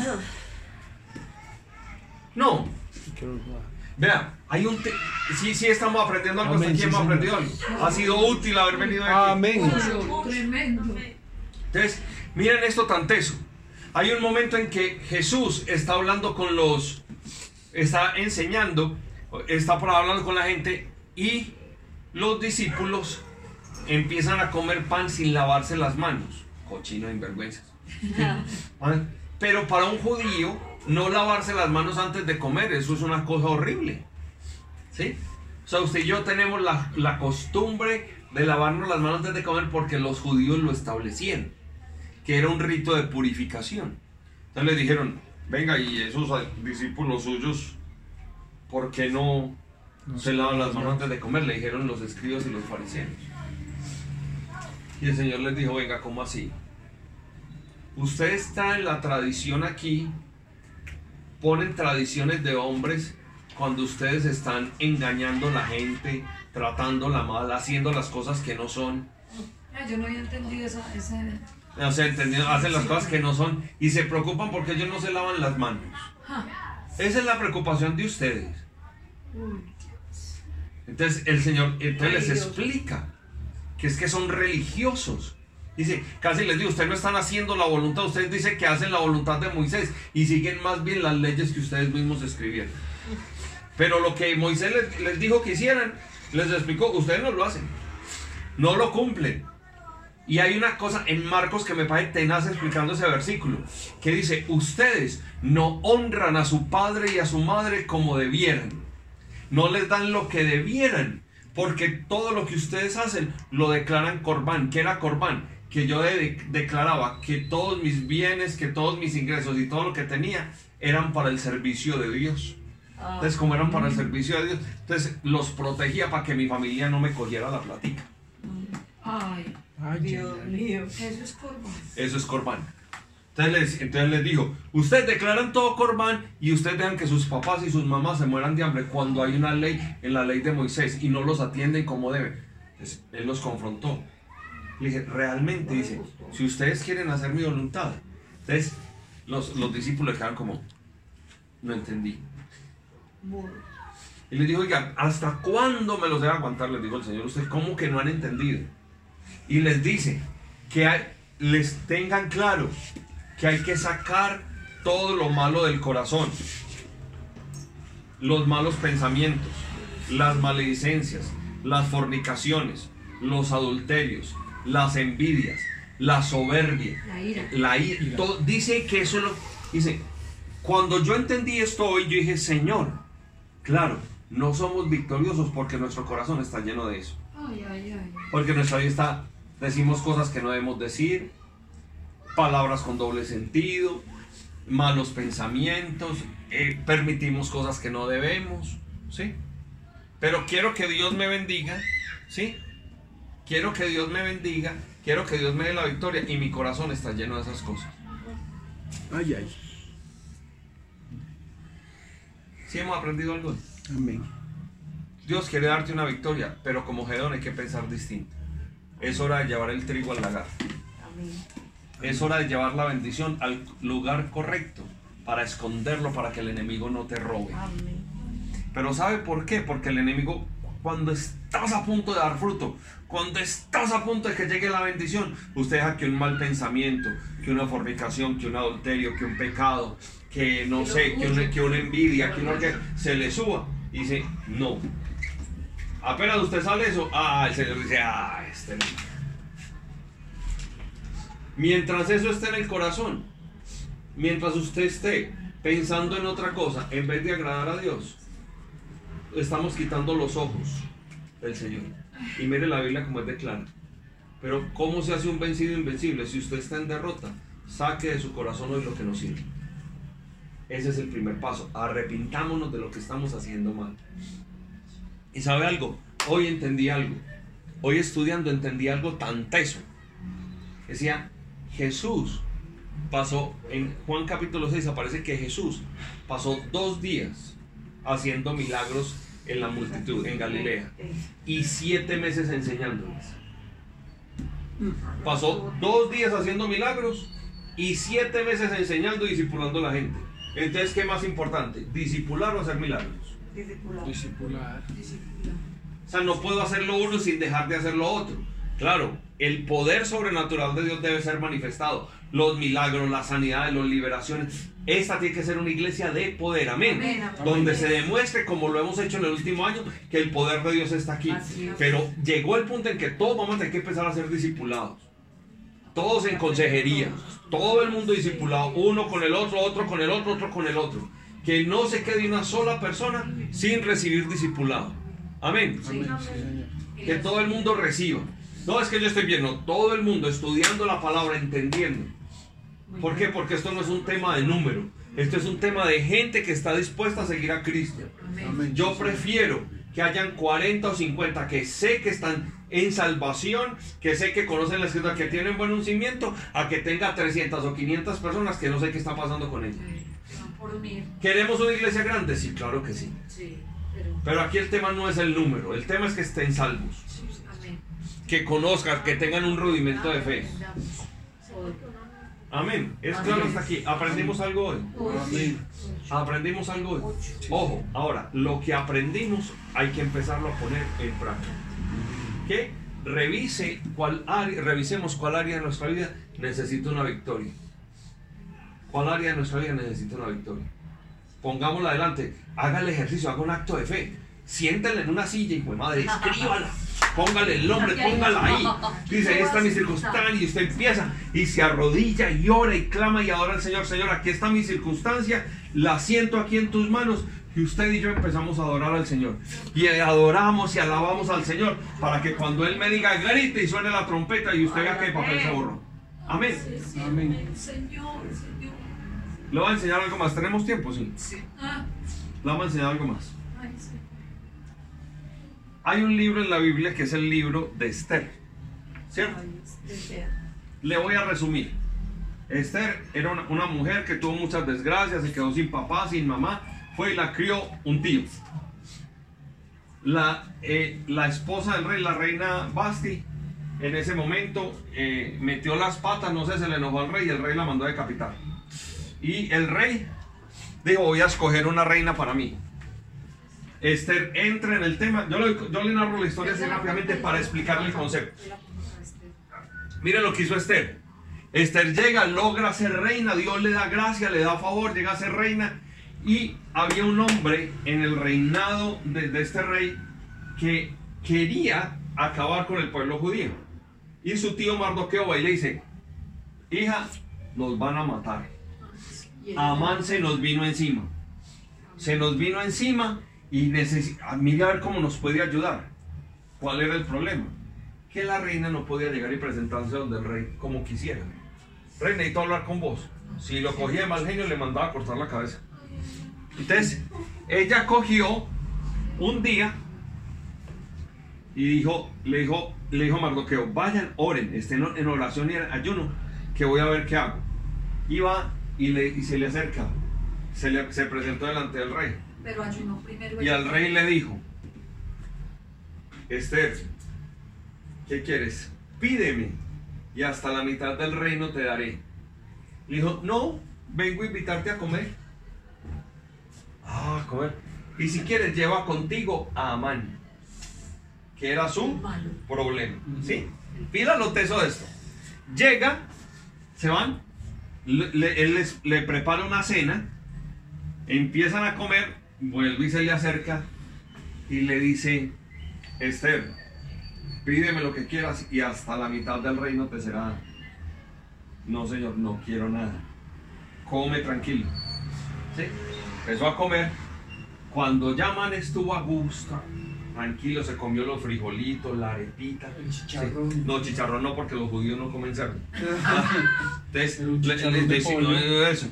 No, vea, hay un... Te sí, sí, estamos aprendiendo algo. Amén, ¿Hasta quién sí, hemos señor. aprendido algo? Ha sido útil haber venido aquí. Amén. Tremendo. Entonces, miren esto tan teso. Hay un momento en que Jesús está hablando con los... Está enseñando, está por hablando con la gente y los discípulos empiezan a comer pan sin lavarse las manos. Cochino de vergüenzas. Pero para un judío, no lavarse las manos antes de comer, eso es una cosa horrible. ¿Sí? O sea, usted y yo tenemos la, la costumbre de lavarnos las manos antes de comer porque los judíos lo establecían, que era un rito de purificación. Entonces le dijeron, venga, y esos discípulos suyos, ¿por qué no, no se lavan las manos antes de comer? Le dijeron los escribas y los fariseos. Y el Señor les dijo, venga, ¿cómo así? Usted está en la tradición aquí, ponen tradiciones de hombres cuando ustedes están engañando a la gente, tratándola mal, haciendo las cosas que no son. Ay, yo no había entendido esa... esa... O sea, entendido, hacen las cosas que no son y se preocupan porque ellos no se lavan las manos. Esa es la preocupación de ustedes. Entonces el Señor entonces les explica que es que son religiosos. Dice, casi les digo, ustedes no están haciendo la voluntad, ustedes dicen que hacen la voluntad de Moisés y siguen más bien las leyes que ustedes mismos escribieron. Pero lo que Moisés les, les dijo que hicieran, les explicó, ustedes no lo hacen, no lo cumplen. Y hay una cosa en Marcos que me parece tenaz explicando ese versículo, que dice, ustedes no honran a su padre y a su madre como debieran, no les dan lo que debieran, porque todo lo que ustedes hacen lo declaran corbán. ¿Qué era corbán? Que yo de declaraba que todos mis bienes, que todos mis ingresos y todo lo que tenía eran para el servicio de Dios. Entonces, como eran para el servicio de Dios, entonces los protegía para que mi familia no me cogiera la platica. Ay, Ay, Dios ay, mío. Eso es corbán. Eso es corbán. Entonces les, entonces les dijo, ustedes declaran todo corbán y ustedes dejan que sus papás y sus mamás se mueran de hambre cuando hay una ley en la ley de Moisés y no los atienden como deben. Entonces, él los confrontó. Le dije, realmente, dice, si ustedes quieren hacer mi voluntad. Entonces los, los discípulos quedaron como, no entendí. Y les dijo, oiga, ¿hasta cuándo me los debe aguantar? Les dijo el Señor, ¿ustedes cómo que no han entendido? Y les dice que hay, les tengan claro que hay que sacar todo lo malo del corazón, los malos pensamientos, las maledicencias, las fornicaciones, los adulterios, las envidias, la soberbia, la ira, la ira. Todo, dice que eso lo dice. Cuando yo entendí esto hoy, yo dije, Señor, claro, no somos victoriosos porque nuestro corazón está lleno de eso. Ay, ay, ay. Porque nuestra vida está, decimos cosas que no debemos decir, palabras con doble sentido, malos pensamientos, eh, permitimos cosas que no debemos, ¿sí? Pero quiero que Dios me bendiga, ¿sí? Quiero que Dios me bendiga, quiero que Dios me dé la victoria y mi corazón está lleno de esas cosas. Ay, ay. ¿Sí hemos aprendido algo? Amén. Dios quiere darte una victoria, pero como Gedeón hay que pensar distinto. Es hora de llevar el trigo al lagar. Es hora de llevar la bendición al lugar correcto para esconderlo, para que el enemigo no te robe. Pero ¿sabe por qué? Porque el enemigo, cuando estás a punto de dar fruto, cuando estás a punto de que llegue la bendición, usted deja que un mal pensamiento, que una fornicación, que un adulterio, que un pecado, que no sé, que una, que una envidia, que uno que se le suba y dice, no. Apenas usted sale eso, ah, el Señor dice, ah, este no. Mientras eso esté en el corazón, mientras usted esté pensando en otra cosa, en vez de agradar a Dios, estamos quitando los ojos del Señor. Y mire la Biblia como es de clara. Pero ¿cómo se hace un vencido invencible? Si usted está en derrota, saque de su corazón hoy lo que no sirve. Ese es el primer paso. Arrepintámonos de lo que estamos haciendo mal. Y ¿sabe algo? Hoy entendí algo. Hoy estudiando entendí algo tan teso. Decía, Jesús pasó, en Juan capítulo seis aparece que Jesús pasó dos días haciendo milagros en la multitud, en Galilea, y siete meses enseñándoles. Pasó dos días haciendo milagros y siete meses enseñando y discipulando a la gente. Entonces, ¿qué más importante? ¿Discipular o hacer milagros? Discipular. Discipular. O sea, no puedo hacer lo uno sin dejar de hacer lo otro. Claro, el poder sobrenatural de Dios debe ser manifestado. Los milagros, las sanidades, las liberaciones. Esta tiene que ser una iglesia de poder, amén. Amén, amén. Donde se demuestre, como lo hemos hecho en el último año, que el poder de Dios está aquí. Pero llegó el punto en que todos vamos a tener que empezar a ser discipulados. Todos en consejería, todo el mundo discipulado, uno con el otro, otro con el otro, otro con el otro. Que no se quede una sola persona sin recibir discipulado. Amén. Sí, amén. Que todo el mundo reciba. No es que yo estoy bien, no, todo el mundo estudiando la palabra, entendiendo. ¿Por qué? Porque esto no es un tema de número, Esto es un tema de gente que está dispuesta a seguir a Cristo. Amén. Yo prefiero que hayan cuarenta o cincuenta que sé que están en salvación, que sé que conocen la escritura, que tienen buen conocimiento, a que tenga trescientas o quinientas personas que no sé qué está pasando con ellas. Se van por unir. ¿Queremos una iglesia grande? Sí, claro que sí. Sí, pero. Pero aquí el tema no es el número, el tema es que estén salvos, Amén. que conozcan, que tengan un rudimento de fe. Amén. Es claro hasta aquí. ¿Aprendimos algo hoy? Amén. Aprendimos algo hoy. Ojo, ahora, lo que aprendimos hay que empezarlo a poner en práctica. Que revise cuál área, revisemos cuál área de nuestra vida necesita una victoria. ¿Cuál área de nuestra vida necesita una victoria? Pongámosla adelante, haga el ejercicio, haga un acto de fe. Siéntela en una silla y pues madre, escríbala. Póngale el nombre, póngala ahí. Dice, esta es mi circunstancia, y usted empieza y se arrodilla y ora y clama y adora al Señor. Señor, aquí está mi circunstancia, la siento aquí en tus manos. Y usted y yo empezamos a adorar al Señor. Y adoramos y alabamos al Señor para que cuando Él me diga grite y suene la trompeta y usted vea que el papel se borró. Amén. Amén. Señor, Señor. ¿Le voy a enseñar algo más? ¿Tenemos tiempo? Sí. Ah, Le vamos a enseñar algo más. ay, sí. Hay un libro en la Biblia que es el libro de Esther. ¿Cierto? Le voy a resumir. Esther era una, una mujer que tuvo muchas desgracias, se quedó sin papá, sin mamá. Fue y la crió un tío. La, eh, la esposa del rey, la reina Basti, en ese momento eh, metió las patas, no sé, se le enojó al rey y el rey la mandó a decapitar. Y el rey dijo, voy a escoger una reina para mí. Esther entra en el tema. Yo le, yo le narro la historia así rápidamente para explicarle el concepto. Miren lo que hizo Esther. Esther llega, logra ser reina, Dios le da gracia, le da favor, llega a ser reina. Y había un hombre en el reinado de, de este rey que quería acabar con el pueblo judío. Y su tío Mardoqueo va y le dice, hija, nos van a matar. Amán se nos vino encima. Se nos vino encima y necesita, mira a ver cómo nos puede ayudar. ¿Cuál era el problema? Que la reina no podía llegar y presentarse donde el rey como quisiera. Rey, necesito hablar con vos. Si lo cogía de mal genio, le mandaba a cortar la cabeza. Entonces, ella cogió un día y dijo, le dijo, le dijo a Mardoqueo, vayan, oren, estén en oración y en ayuno, que voy a ver qué hago. Y va y, le, y se le acerca, se, le, se presentó delante del rey. Pero ayunó primero. Y al rey le dijo, Esther, ¿qué quieres? Pídeme y hasta la mitad del reino te daré. Le dijo, no, vengo a invitarte a comer. Ah, comer. Y si quieres, lleva contigo a Amán, que era su problema. ¿Sí? Pila lo teso de esto. Llega, se van, le, le, él les, le prepara una cena, empiezan a comer, vuelve y se le acerca y le dice, Esther, pídeme lo que quieras y hasta la mitad del reino te será. No, señor, no quiero nada. Come tranquilo. ¿Sí? Empezó a comer. Cuando ya Amán estuvo a gusto, tranquilo, se comió los frijolitos, la arepita. El chicharrón. Sí. No, chicharrón no, porque los judíos no comen cerdo. Entonces, Pero un le, chicharrón le, de le, pollo. no, eso.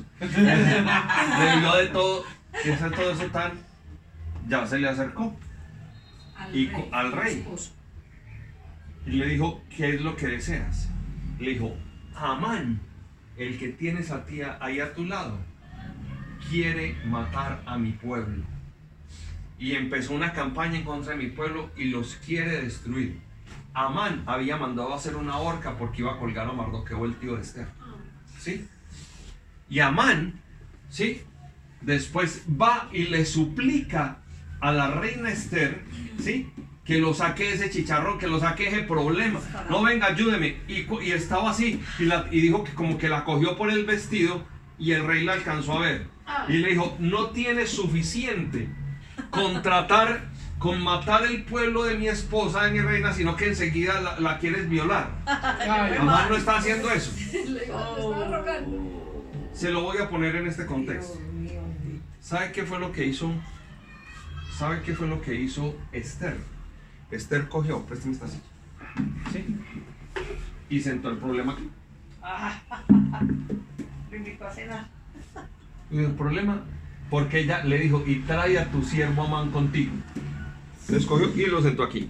Le dio de todo. Eso, todo eso tan. Ya se le acercó Al y rey, co- al rey. esposo. y le dijo, ¿qué es lo que deseas? Le dijo, Amán, el que tienes a ti ahí a tu lado, quiere matar a mi pueblo. Y empezó una campaña en contra de mi pueblo y los quiere destruir. Amán había mandado a hacer una horca porque iba a colgar a Mardoqueo, el tío de Esther. ¿Sí? Y Amán, ¿sí? Después va y le suplica a la reina Esther, ¿sí? Que lo saque de ese chicharrón, que lo saque de ese problema. No, venga, ayúdeme. Y, y estaba así, y, la, y dijo que como que la cogió por el vestido y el rey la alcanzó a ver. Y le dijo, no tienes suficiente con tratar, con matar el pueblo de mi esposa, de mi reina, sino que enseguida la, la quieres violar. Amán no está haciendo eso. Le estaba rogando. Se lo voy a poner en este contexto. ¿Sabe qué fue lo que hizo? ¿Sabe qué fue lo que hizo Esther? Esther cogió, préstame esta silla, ¿sí? Y sentó el problema aquí. Lo invitó a cenar. Y el problema, porque ella le dijo, y trae a tu siervo Amán contigo. Lo escogió y lo sentó aquí.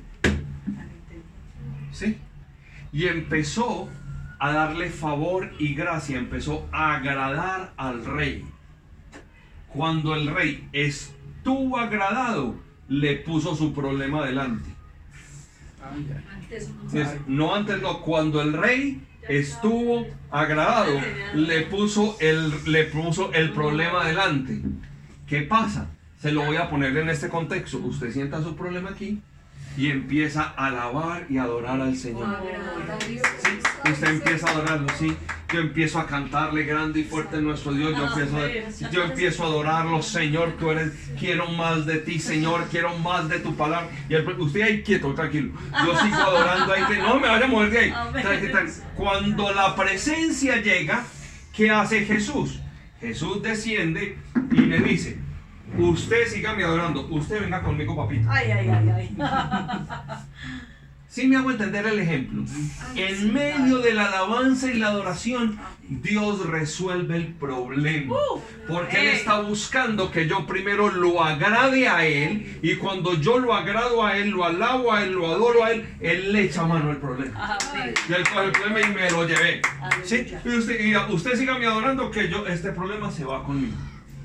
¿Sí? Y empezó a darle favor y gracia, empezó a agradar al rey. Cuando el rey estuvo agradado, le puso su problema delante. No antes, no, cuando el rey estuvo agradado, le puso el, le puso el problema delante. ¿Qué pasa? Se lo voy a poner en este contexto. Usted sienta su problema aquí y empieza a alabar y adorar al Señor. ¿Sí? Usted empieza a adorarlo, ¿sí? Yo empiezo a cantarle grande y fuerte nuestro Dios. Yo empiezo, a, yo empiezo a adorarlo, Señor. Tú eres, quiero más de ti, Señor. Quiero más de tu palabra. Y el, usted ahí quieto, tranquilo. Yo sigo adorando ahí. No me vaya a mover de ahí. Tranquilo, tranquilo. Cuando la presencia llega, ¿qué hace Jesús? Jesús desciende y le dice: usted sígame adorando. Usted venga conmigo, papito. Ay, ay, ay, ay. Sí me hago entender el ejemplo. En medio de la alabanza y la adoración, Dios resuelve el problema. Porque Él está buscando que yo primero lo agrade a Él. Y cuando yo lo agrado a Él, lo alabo a Él, lo adoro a Él, Él le echa mano al problema. Y Él coge el problema y me lo llevé. ¿Sí? Y usted, y usted sígame adorando que yo, este problema se va conmigo.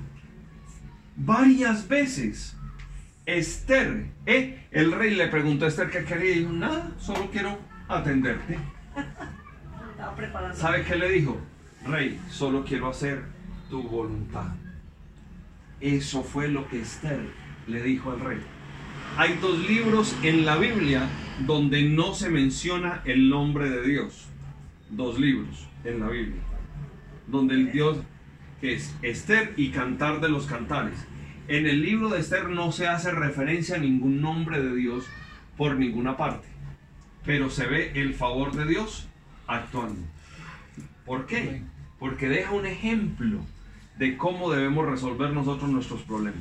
Varias veces Esther, ¿eh? el rey le preguntó a Esther qué quería y dijo: nada, solo quiero atenderte. ¿Sabe qué le dijo? Rey, solo quiero hacer tu voluntad. Eso fue lo que Esther le dijo al rey. Hay dos libros en la Biblia donde no se menciona el nombre de Dios. Dos libros en la Biblia donde el Dios, que es Esther y Cantar de los Cantares. En el libro de Esther no se hace referencia a ningún nombre de Dios por ninguna parte, pero se ve el favor de Dios actuando. ¿Por qué? Porque deja un ejemplo de cómo debemos resolver nosotros nuestros problemas.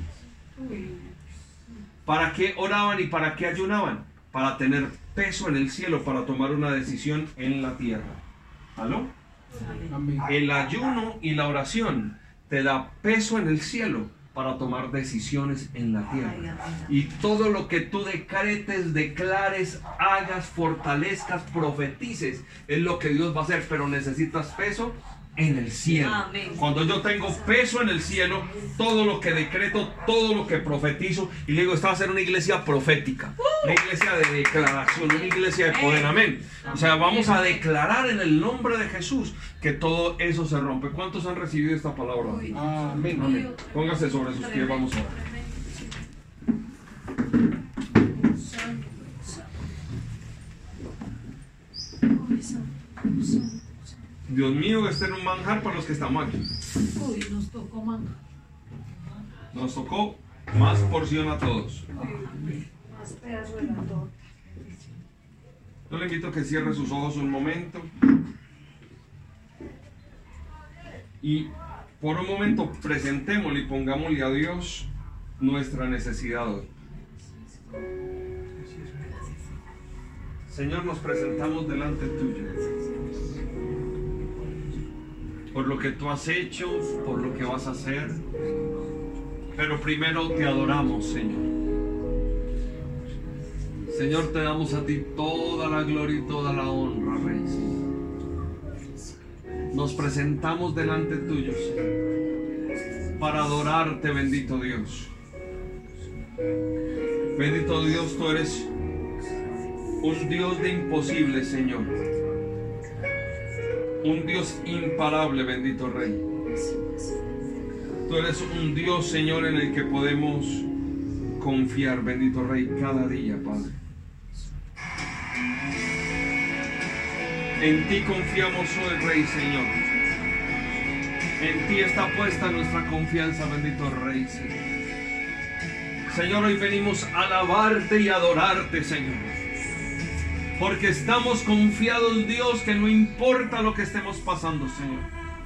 ¿Para qué oraban y para qué ayunaban? Para tener peso en el cielo, para tomar una decisión en la tierra. ¿Aló? El ayuno y la oración te da peso en el cielo para tomar decisiones en la tierra. Y todo lo que tú decretes, declares, hagas, fortalezcas, profetices, es lo que Dios va a hacer, pero necesitas peso en el cielo. Amén. Cuando yo tengo peso en el cielo, todo lo que decreto, todo lo que profetizo, y le digo, esta va a ser una iglesia profética, una iglesia de declaración, una iglesia de poder. Amén. O sea, vamos a declarar en el nombre de Jesús que todo eso se rompe. ¿Cuántos han recibido esta palabra? Amén. Amén. Póngase sobre sus pies, vamos a ver. Dios mío, este era un manjar para los que estamos aquí. Uy, nos tocó manjar. Nos tocó más porción a todos. Más pedazo de la torta. Yo le invito a que cierre sus ojos un momento. Y por un momento presentémosle y pongámosle a Dios nuestra necesidad hoy. Señor, nos presentamos delante tuyo. Por lo que tú has hecho, por lo que vas a hacer. Pero primero te adoramos, Señor. Señor, te damos a ti toda la gloria y toda la honra, Rey. Nos presentamos delante tuyo, Señor, para adorarte, bendito Dios. Bendito Dios, tú eres un Dios de imposible, Señor. Un Dios imparable, bendito Rey. Tú eres un Dios, Señor, en el que podemos confiar, bendito Rey, cada día, Padre. En ti confiamos hoy, Rey, Señor. En ti está puesta nuestra confianza, bendito Rey, Señor. Señor, hoy venimos a alabarte y adorarte, Señor. Porque estamos confiados, Dios, que no importa lo que estemos pasando, Señor.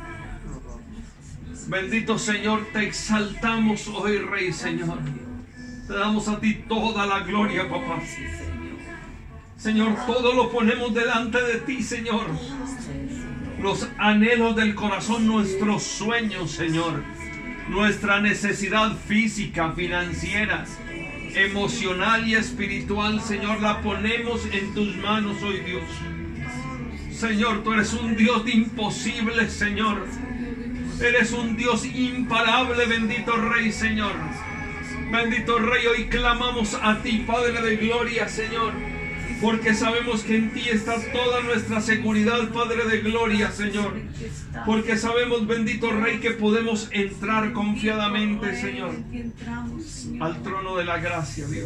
Bendito Señor, te exaltamos hoy, Rey, Señor. Te damos a ti toda la gloria, papá. Señor, todo lo ponemos delante de ti, Señor. Los anhelos del corazón, nuestros sueños, Señor. nuestra necesidad física, financiera, emocional y espiritual, Señor, la ponemos en tus manos hoy, Dios. Señor, tú eres un Dios de imposibles, Señor. Eres un Dios imparable, bendito Rey, Señor. Bendito Rey, hoy clamamos a ti, Padre de gloria, Señor, porque sabemos que en ti está toda nuestra seguridad, Padre de gloria, Señor. Porque sabemos, bendito Rey, que podemos entrar confiadamente, Señor, al trono de la gracia, Dios.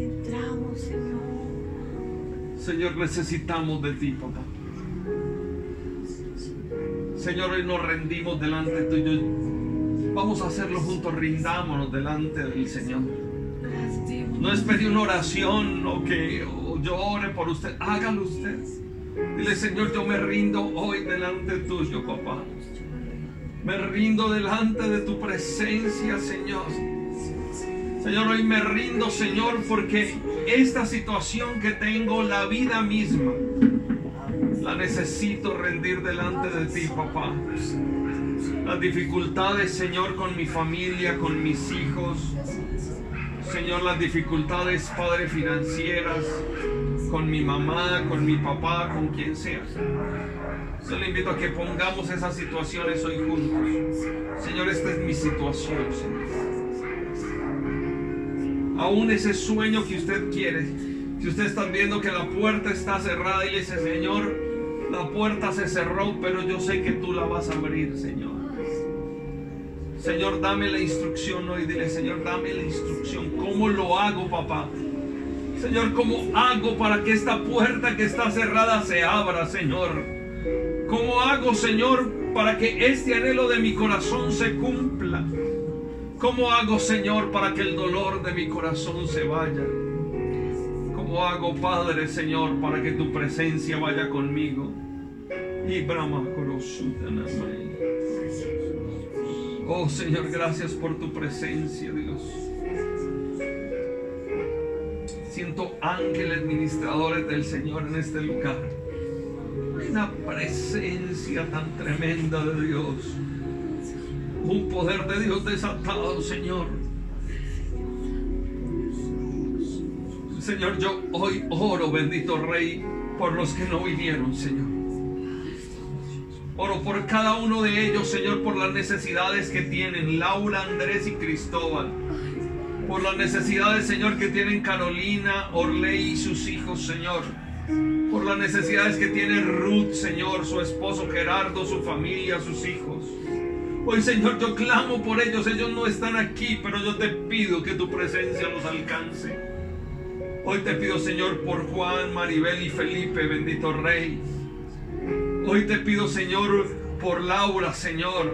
Señor, necesitamos de ti, papá. Señor, hoy nos rendimos delante tuyo. Vamos a hacerlo juntos, rindámonos delante del Señor. No espere una oración o que o yo ore por usted, hágalo usted. Dile, Señor, yo me rindo hoy delante tuyo, papá. Me rindo delante de tu presencia, Señor. Señor, hoy me rindo, Señor, porque esta situación que tengo, la vida misma, la necesito rendir delante de ti, papá. Las dificultades, Señor, con mi familia, con mis hijos. Señor, las dificultades, Padre, financieras, con mi mamá, con mi papá, con quien sea. Yo le invito a que pongamos esas situaciones hoy juntos. Señor, esta es mi situación, Señor. Aún ese sueño que usted quiere, si usted está viendo que la puerta está cerrada y le dice, Señor, la puerta se cerró, pero yo sé que tú la vas a abrir, Señor. Señor, dame la instrucción hoy. Dile, Señor, dame la instrucción. ¿Cómo lo hago, papá? Señor, ¿cómo hago para que esta puerta que está cerrada se abra, Señor? ¿Cómo hago, Señor, para que este anhelo de mi corazón se cumpla? ¿Cómo hago, Señor, para que el dolor de mi corazón se vaya? ¿Cómo hago, Padre, Señor, para que tu presencia vaya conmigo? Y Brahma Korosutanamai. Oh, Señor, gracias por tu presencia, Dios. Siento ángeles ministradores del Señor en este lugar. Una presencia tan tremenda de Dios. Un poder de Dios desatado, Señor. Señor, yo hoy oro, bendito Rey, por los que no vinieron, Señor. Oro por cada uno de ellos, Señor, por las necesidades que tienen Laura, Andrés y Cristóbal. Por las necesidades, Señor, que tienen Carolina, Orley y sus hijos, Señor. Por las necesidades que tiene Ruth, Señor, su esposo Gerardo, su familia, sus hijos. Hoy, Señor, yo clamo por ellos. Ellos no están aquí, pero yo te pido que tu presencia los alcance. Hoy te pido, Señor, por Juan, Maribel y Felipe, bendito Rey. Hoy te pido, Señor, por Laura, Señor,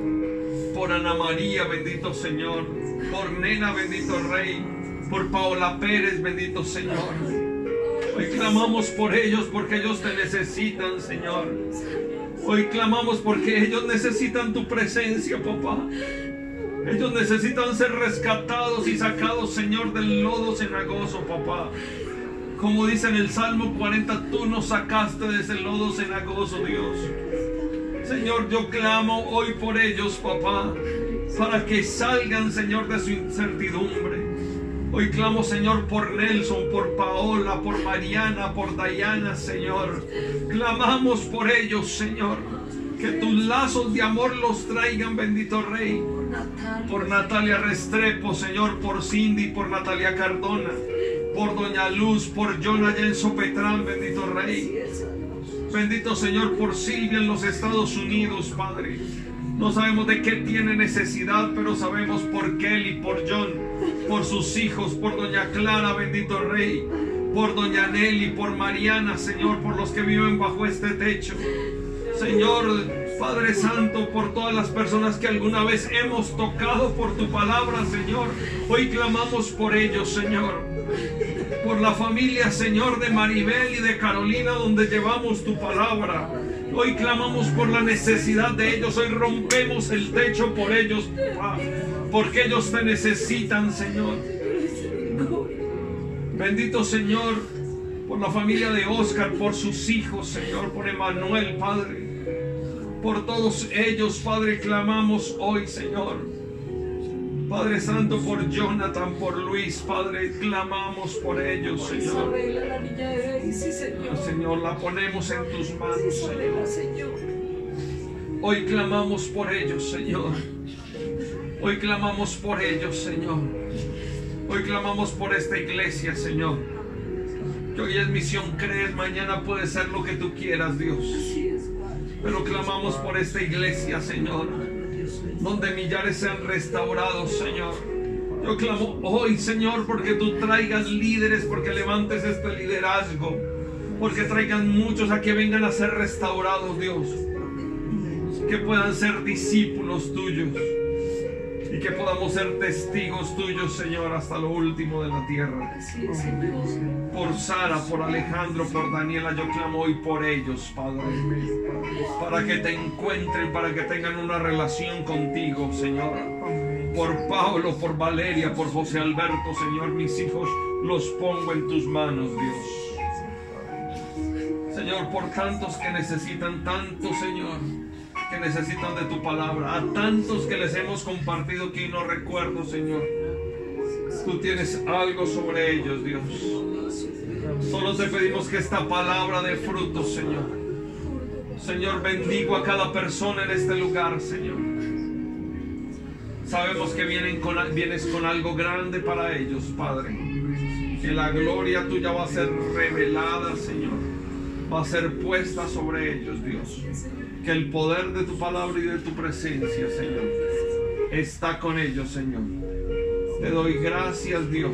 por Ana María, bendito Señor, por Nena, bendito Rey, por Paola Pérez, bendito Señor. Hoy clamamos por ellos porque ellos te necesitan, Señor. Hoy clamamos porque ellos necesitan tu presencia, papá. Ellos necesitan ser rescatados y sacados, Señor, del lodo cenagoso, papá. Como dice en el Salmo cuarenta, tú nos sacaste de ese lodo cenagoso, Dios. Señor, yo clamo hoy por ellos, papá, para que salgan, Señor, de su incertidumbre. Hoy clamo, Señor, por Nelson, por Paola, por Mariana, por Dayana, Señor. Clamamos por ellos, Señor. Que tus lazos de amor los traigan, bendito Rey. Por Natalia Restrepo, Señor, por Cindy, por Natalia Cardona, por Doña Luz, por Jonah Jenso Petrán, bendito Rey. Bendito Señor, por Silvia en los Estados Unidos, Padre. No sabemos de qué tiene necesidad, pero sabemos por Kelly, por John, por sus hijos, por Doña Clara, bendito Rey, por Doña Nelly, por Mariana, Señor, por los que viven bajo este techo. Señor, Padre Santo, por todas las personas que alguna vez hemos tocado por tu palabra, Señor. Hoy clamamos por ellos, Señor. Por la familia, Señor, de Maribel y de Carolina, donde llevamos tu palabra. Hoy clamamos por la necesidad de ellos. Hoy rompemos el techo por ellos, papá, porque ellos te necesitan, Señor. Bendito Señor, por la familia de Oscar, por sus hijos, Señor, por Emanuel, Padre. Por todos ellos, Padre, clamamos hoy, Señor. Padre Santo, por Jonathan, por Luis, Padre, clamamos por ellos, Señor. Isabela, la niña de Daisy, Señor. Señor, la ponemos en tus manos, Isabela, Señor. Señor. Hoy clamamos por ellos, Señor. Hoy clamamos por ellos, Señor. Hoy clamamos por esta iglesia, Señor. Que hoy es Misión Crees, mañana puede ser lo que tú quieras, Dios. Pero clamamos por esta iglesia, Señor, donde millares sean restaurados, Señor. Yo clamo hoy, Señor, porque tú traigas líderes, porque levantes este liderazgo, porque traigan muchos a que vengan a ser restaurados, Dios. Que puedan ser discípulos tuyos y que podamos ser testigos tuyos, Señor, hasta lo último de la tierra. Por Sara, por Alejandro, por Daniela, yo clamo hoy por ellos, Padre, para que te encuentren, para que tengan una relación contigo, Señor. Por Pablo, por Valeria, por José Alberto, Señor, mis hijos los pongo en tus manos, Dios. Señor, por tantos que necesitan tanto, Señor, que necesitan de tu palabra, a tantos que les hemos compartido que no recuerdo, Señor. Tú tienes algo sobre ellos, Dios. Solo te pedimos que esta palabra dé fruto, Señor. Señor, bendigo a cada persona en este lugar, Señor. Sabemos que vienen con, vienes con algo grande para ellos, Padre. Que la gloria tuya va a ser revelada, Señor. Va a ser puesta sobre ellos, Dios. Que el poder de tu palabra y de tu presencia, Señor, está con ellos, Señor. Te doy gracias, Dios,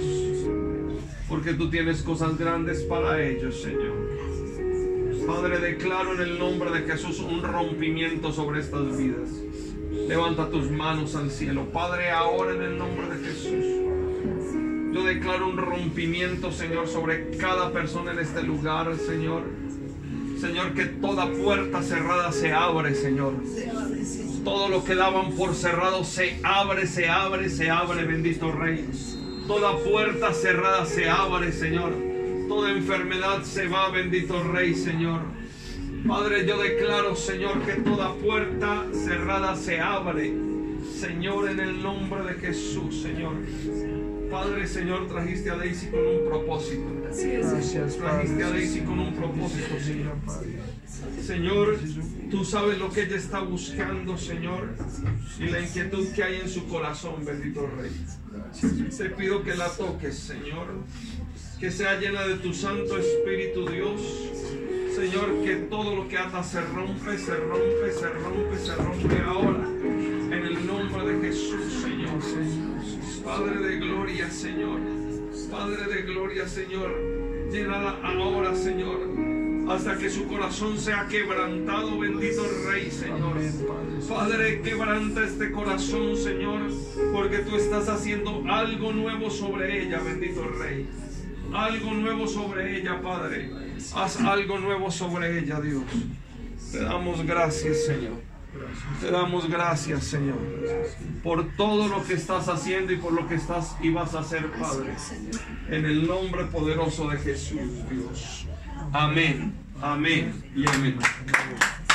porque tú tienes cosas grandes para ellos, Señor. Padre, declaro en el nombre de Jesús un rompimiento sobre estas vidas. Levanta tus manos al cielo, Padre, ahora en el nombre de Jesús. Yo declaro un rompimiento, Señor, sobre cada persona en este lugar, Señor. Señor, que toda puerta cerrada se abre, Señor. Todo lo que daban por cerrado se abre, se abre, se abre, bendito Rey. Toda puerta cerrada se abre, Señor. Toda enfermedad se va, bendito Rey, Señor. Padre, yo declaro, Señor, que toda puerta cerrada se abre, Señor, en el nombre de Jesús, Señor. Padre, Señor, trajiste a Daisy con un propósito. Gracias, trajiste a Daisy con un propósito, Señor. Señor, tú sabes lo que ella está buscando, Señor, y la inquietud que hay en su corazón, bendito Rey. Te pido que la toques, Señor, que sea llena de tu Santo Espíritu, Dios. Señor, que todo lo que ata se rompe, se rompe, se rompe, se rompe ahora, en el nombre de Jesús, Señor. Padre de gloria, Señor. Padre de gloria, Señor. Llénala ahora, Señor, hasta que su corazón sea quebrantado, bendito Rey, Señor. Padre, quebranta este corazón, Señor, porque tú estás haciendo algo nuevo sobre ella, bendito Rey. Algo nuevo sobre ella, Padre. Haz algo nuevo sobre ella, Dios. Te damos gracias, Señor. Te damos gracias, Señor, por todo lo que estás haciendo y por lo que estás y vas a hacer, Padre. En el nombre poderoso de Jesús, Dios. Amén, amén y amén.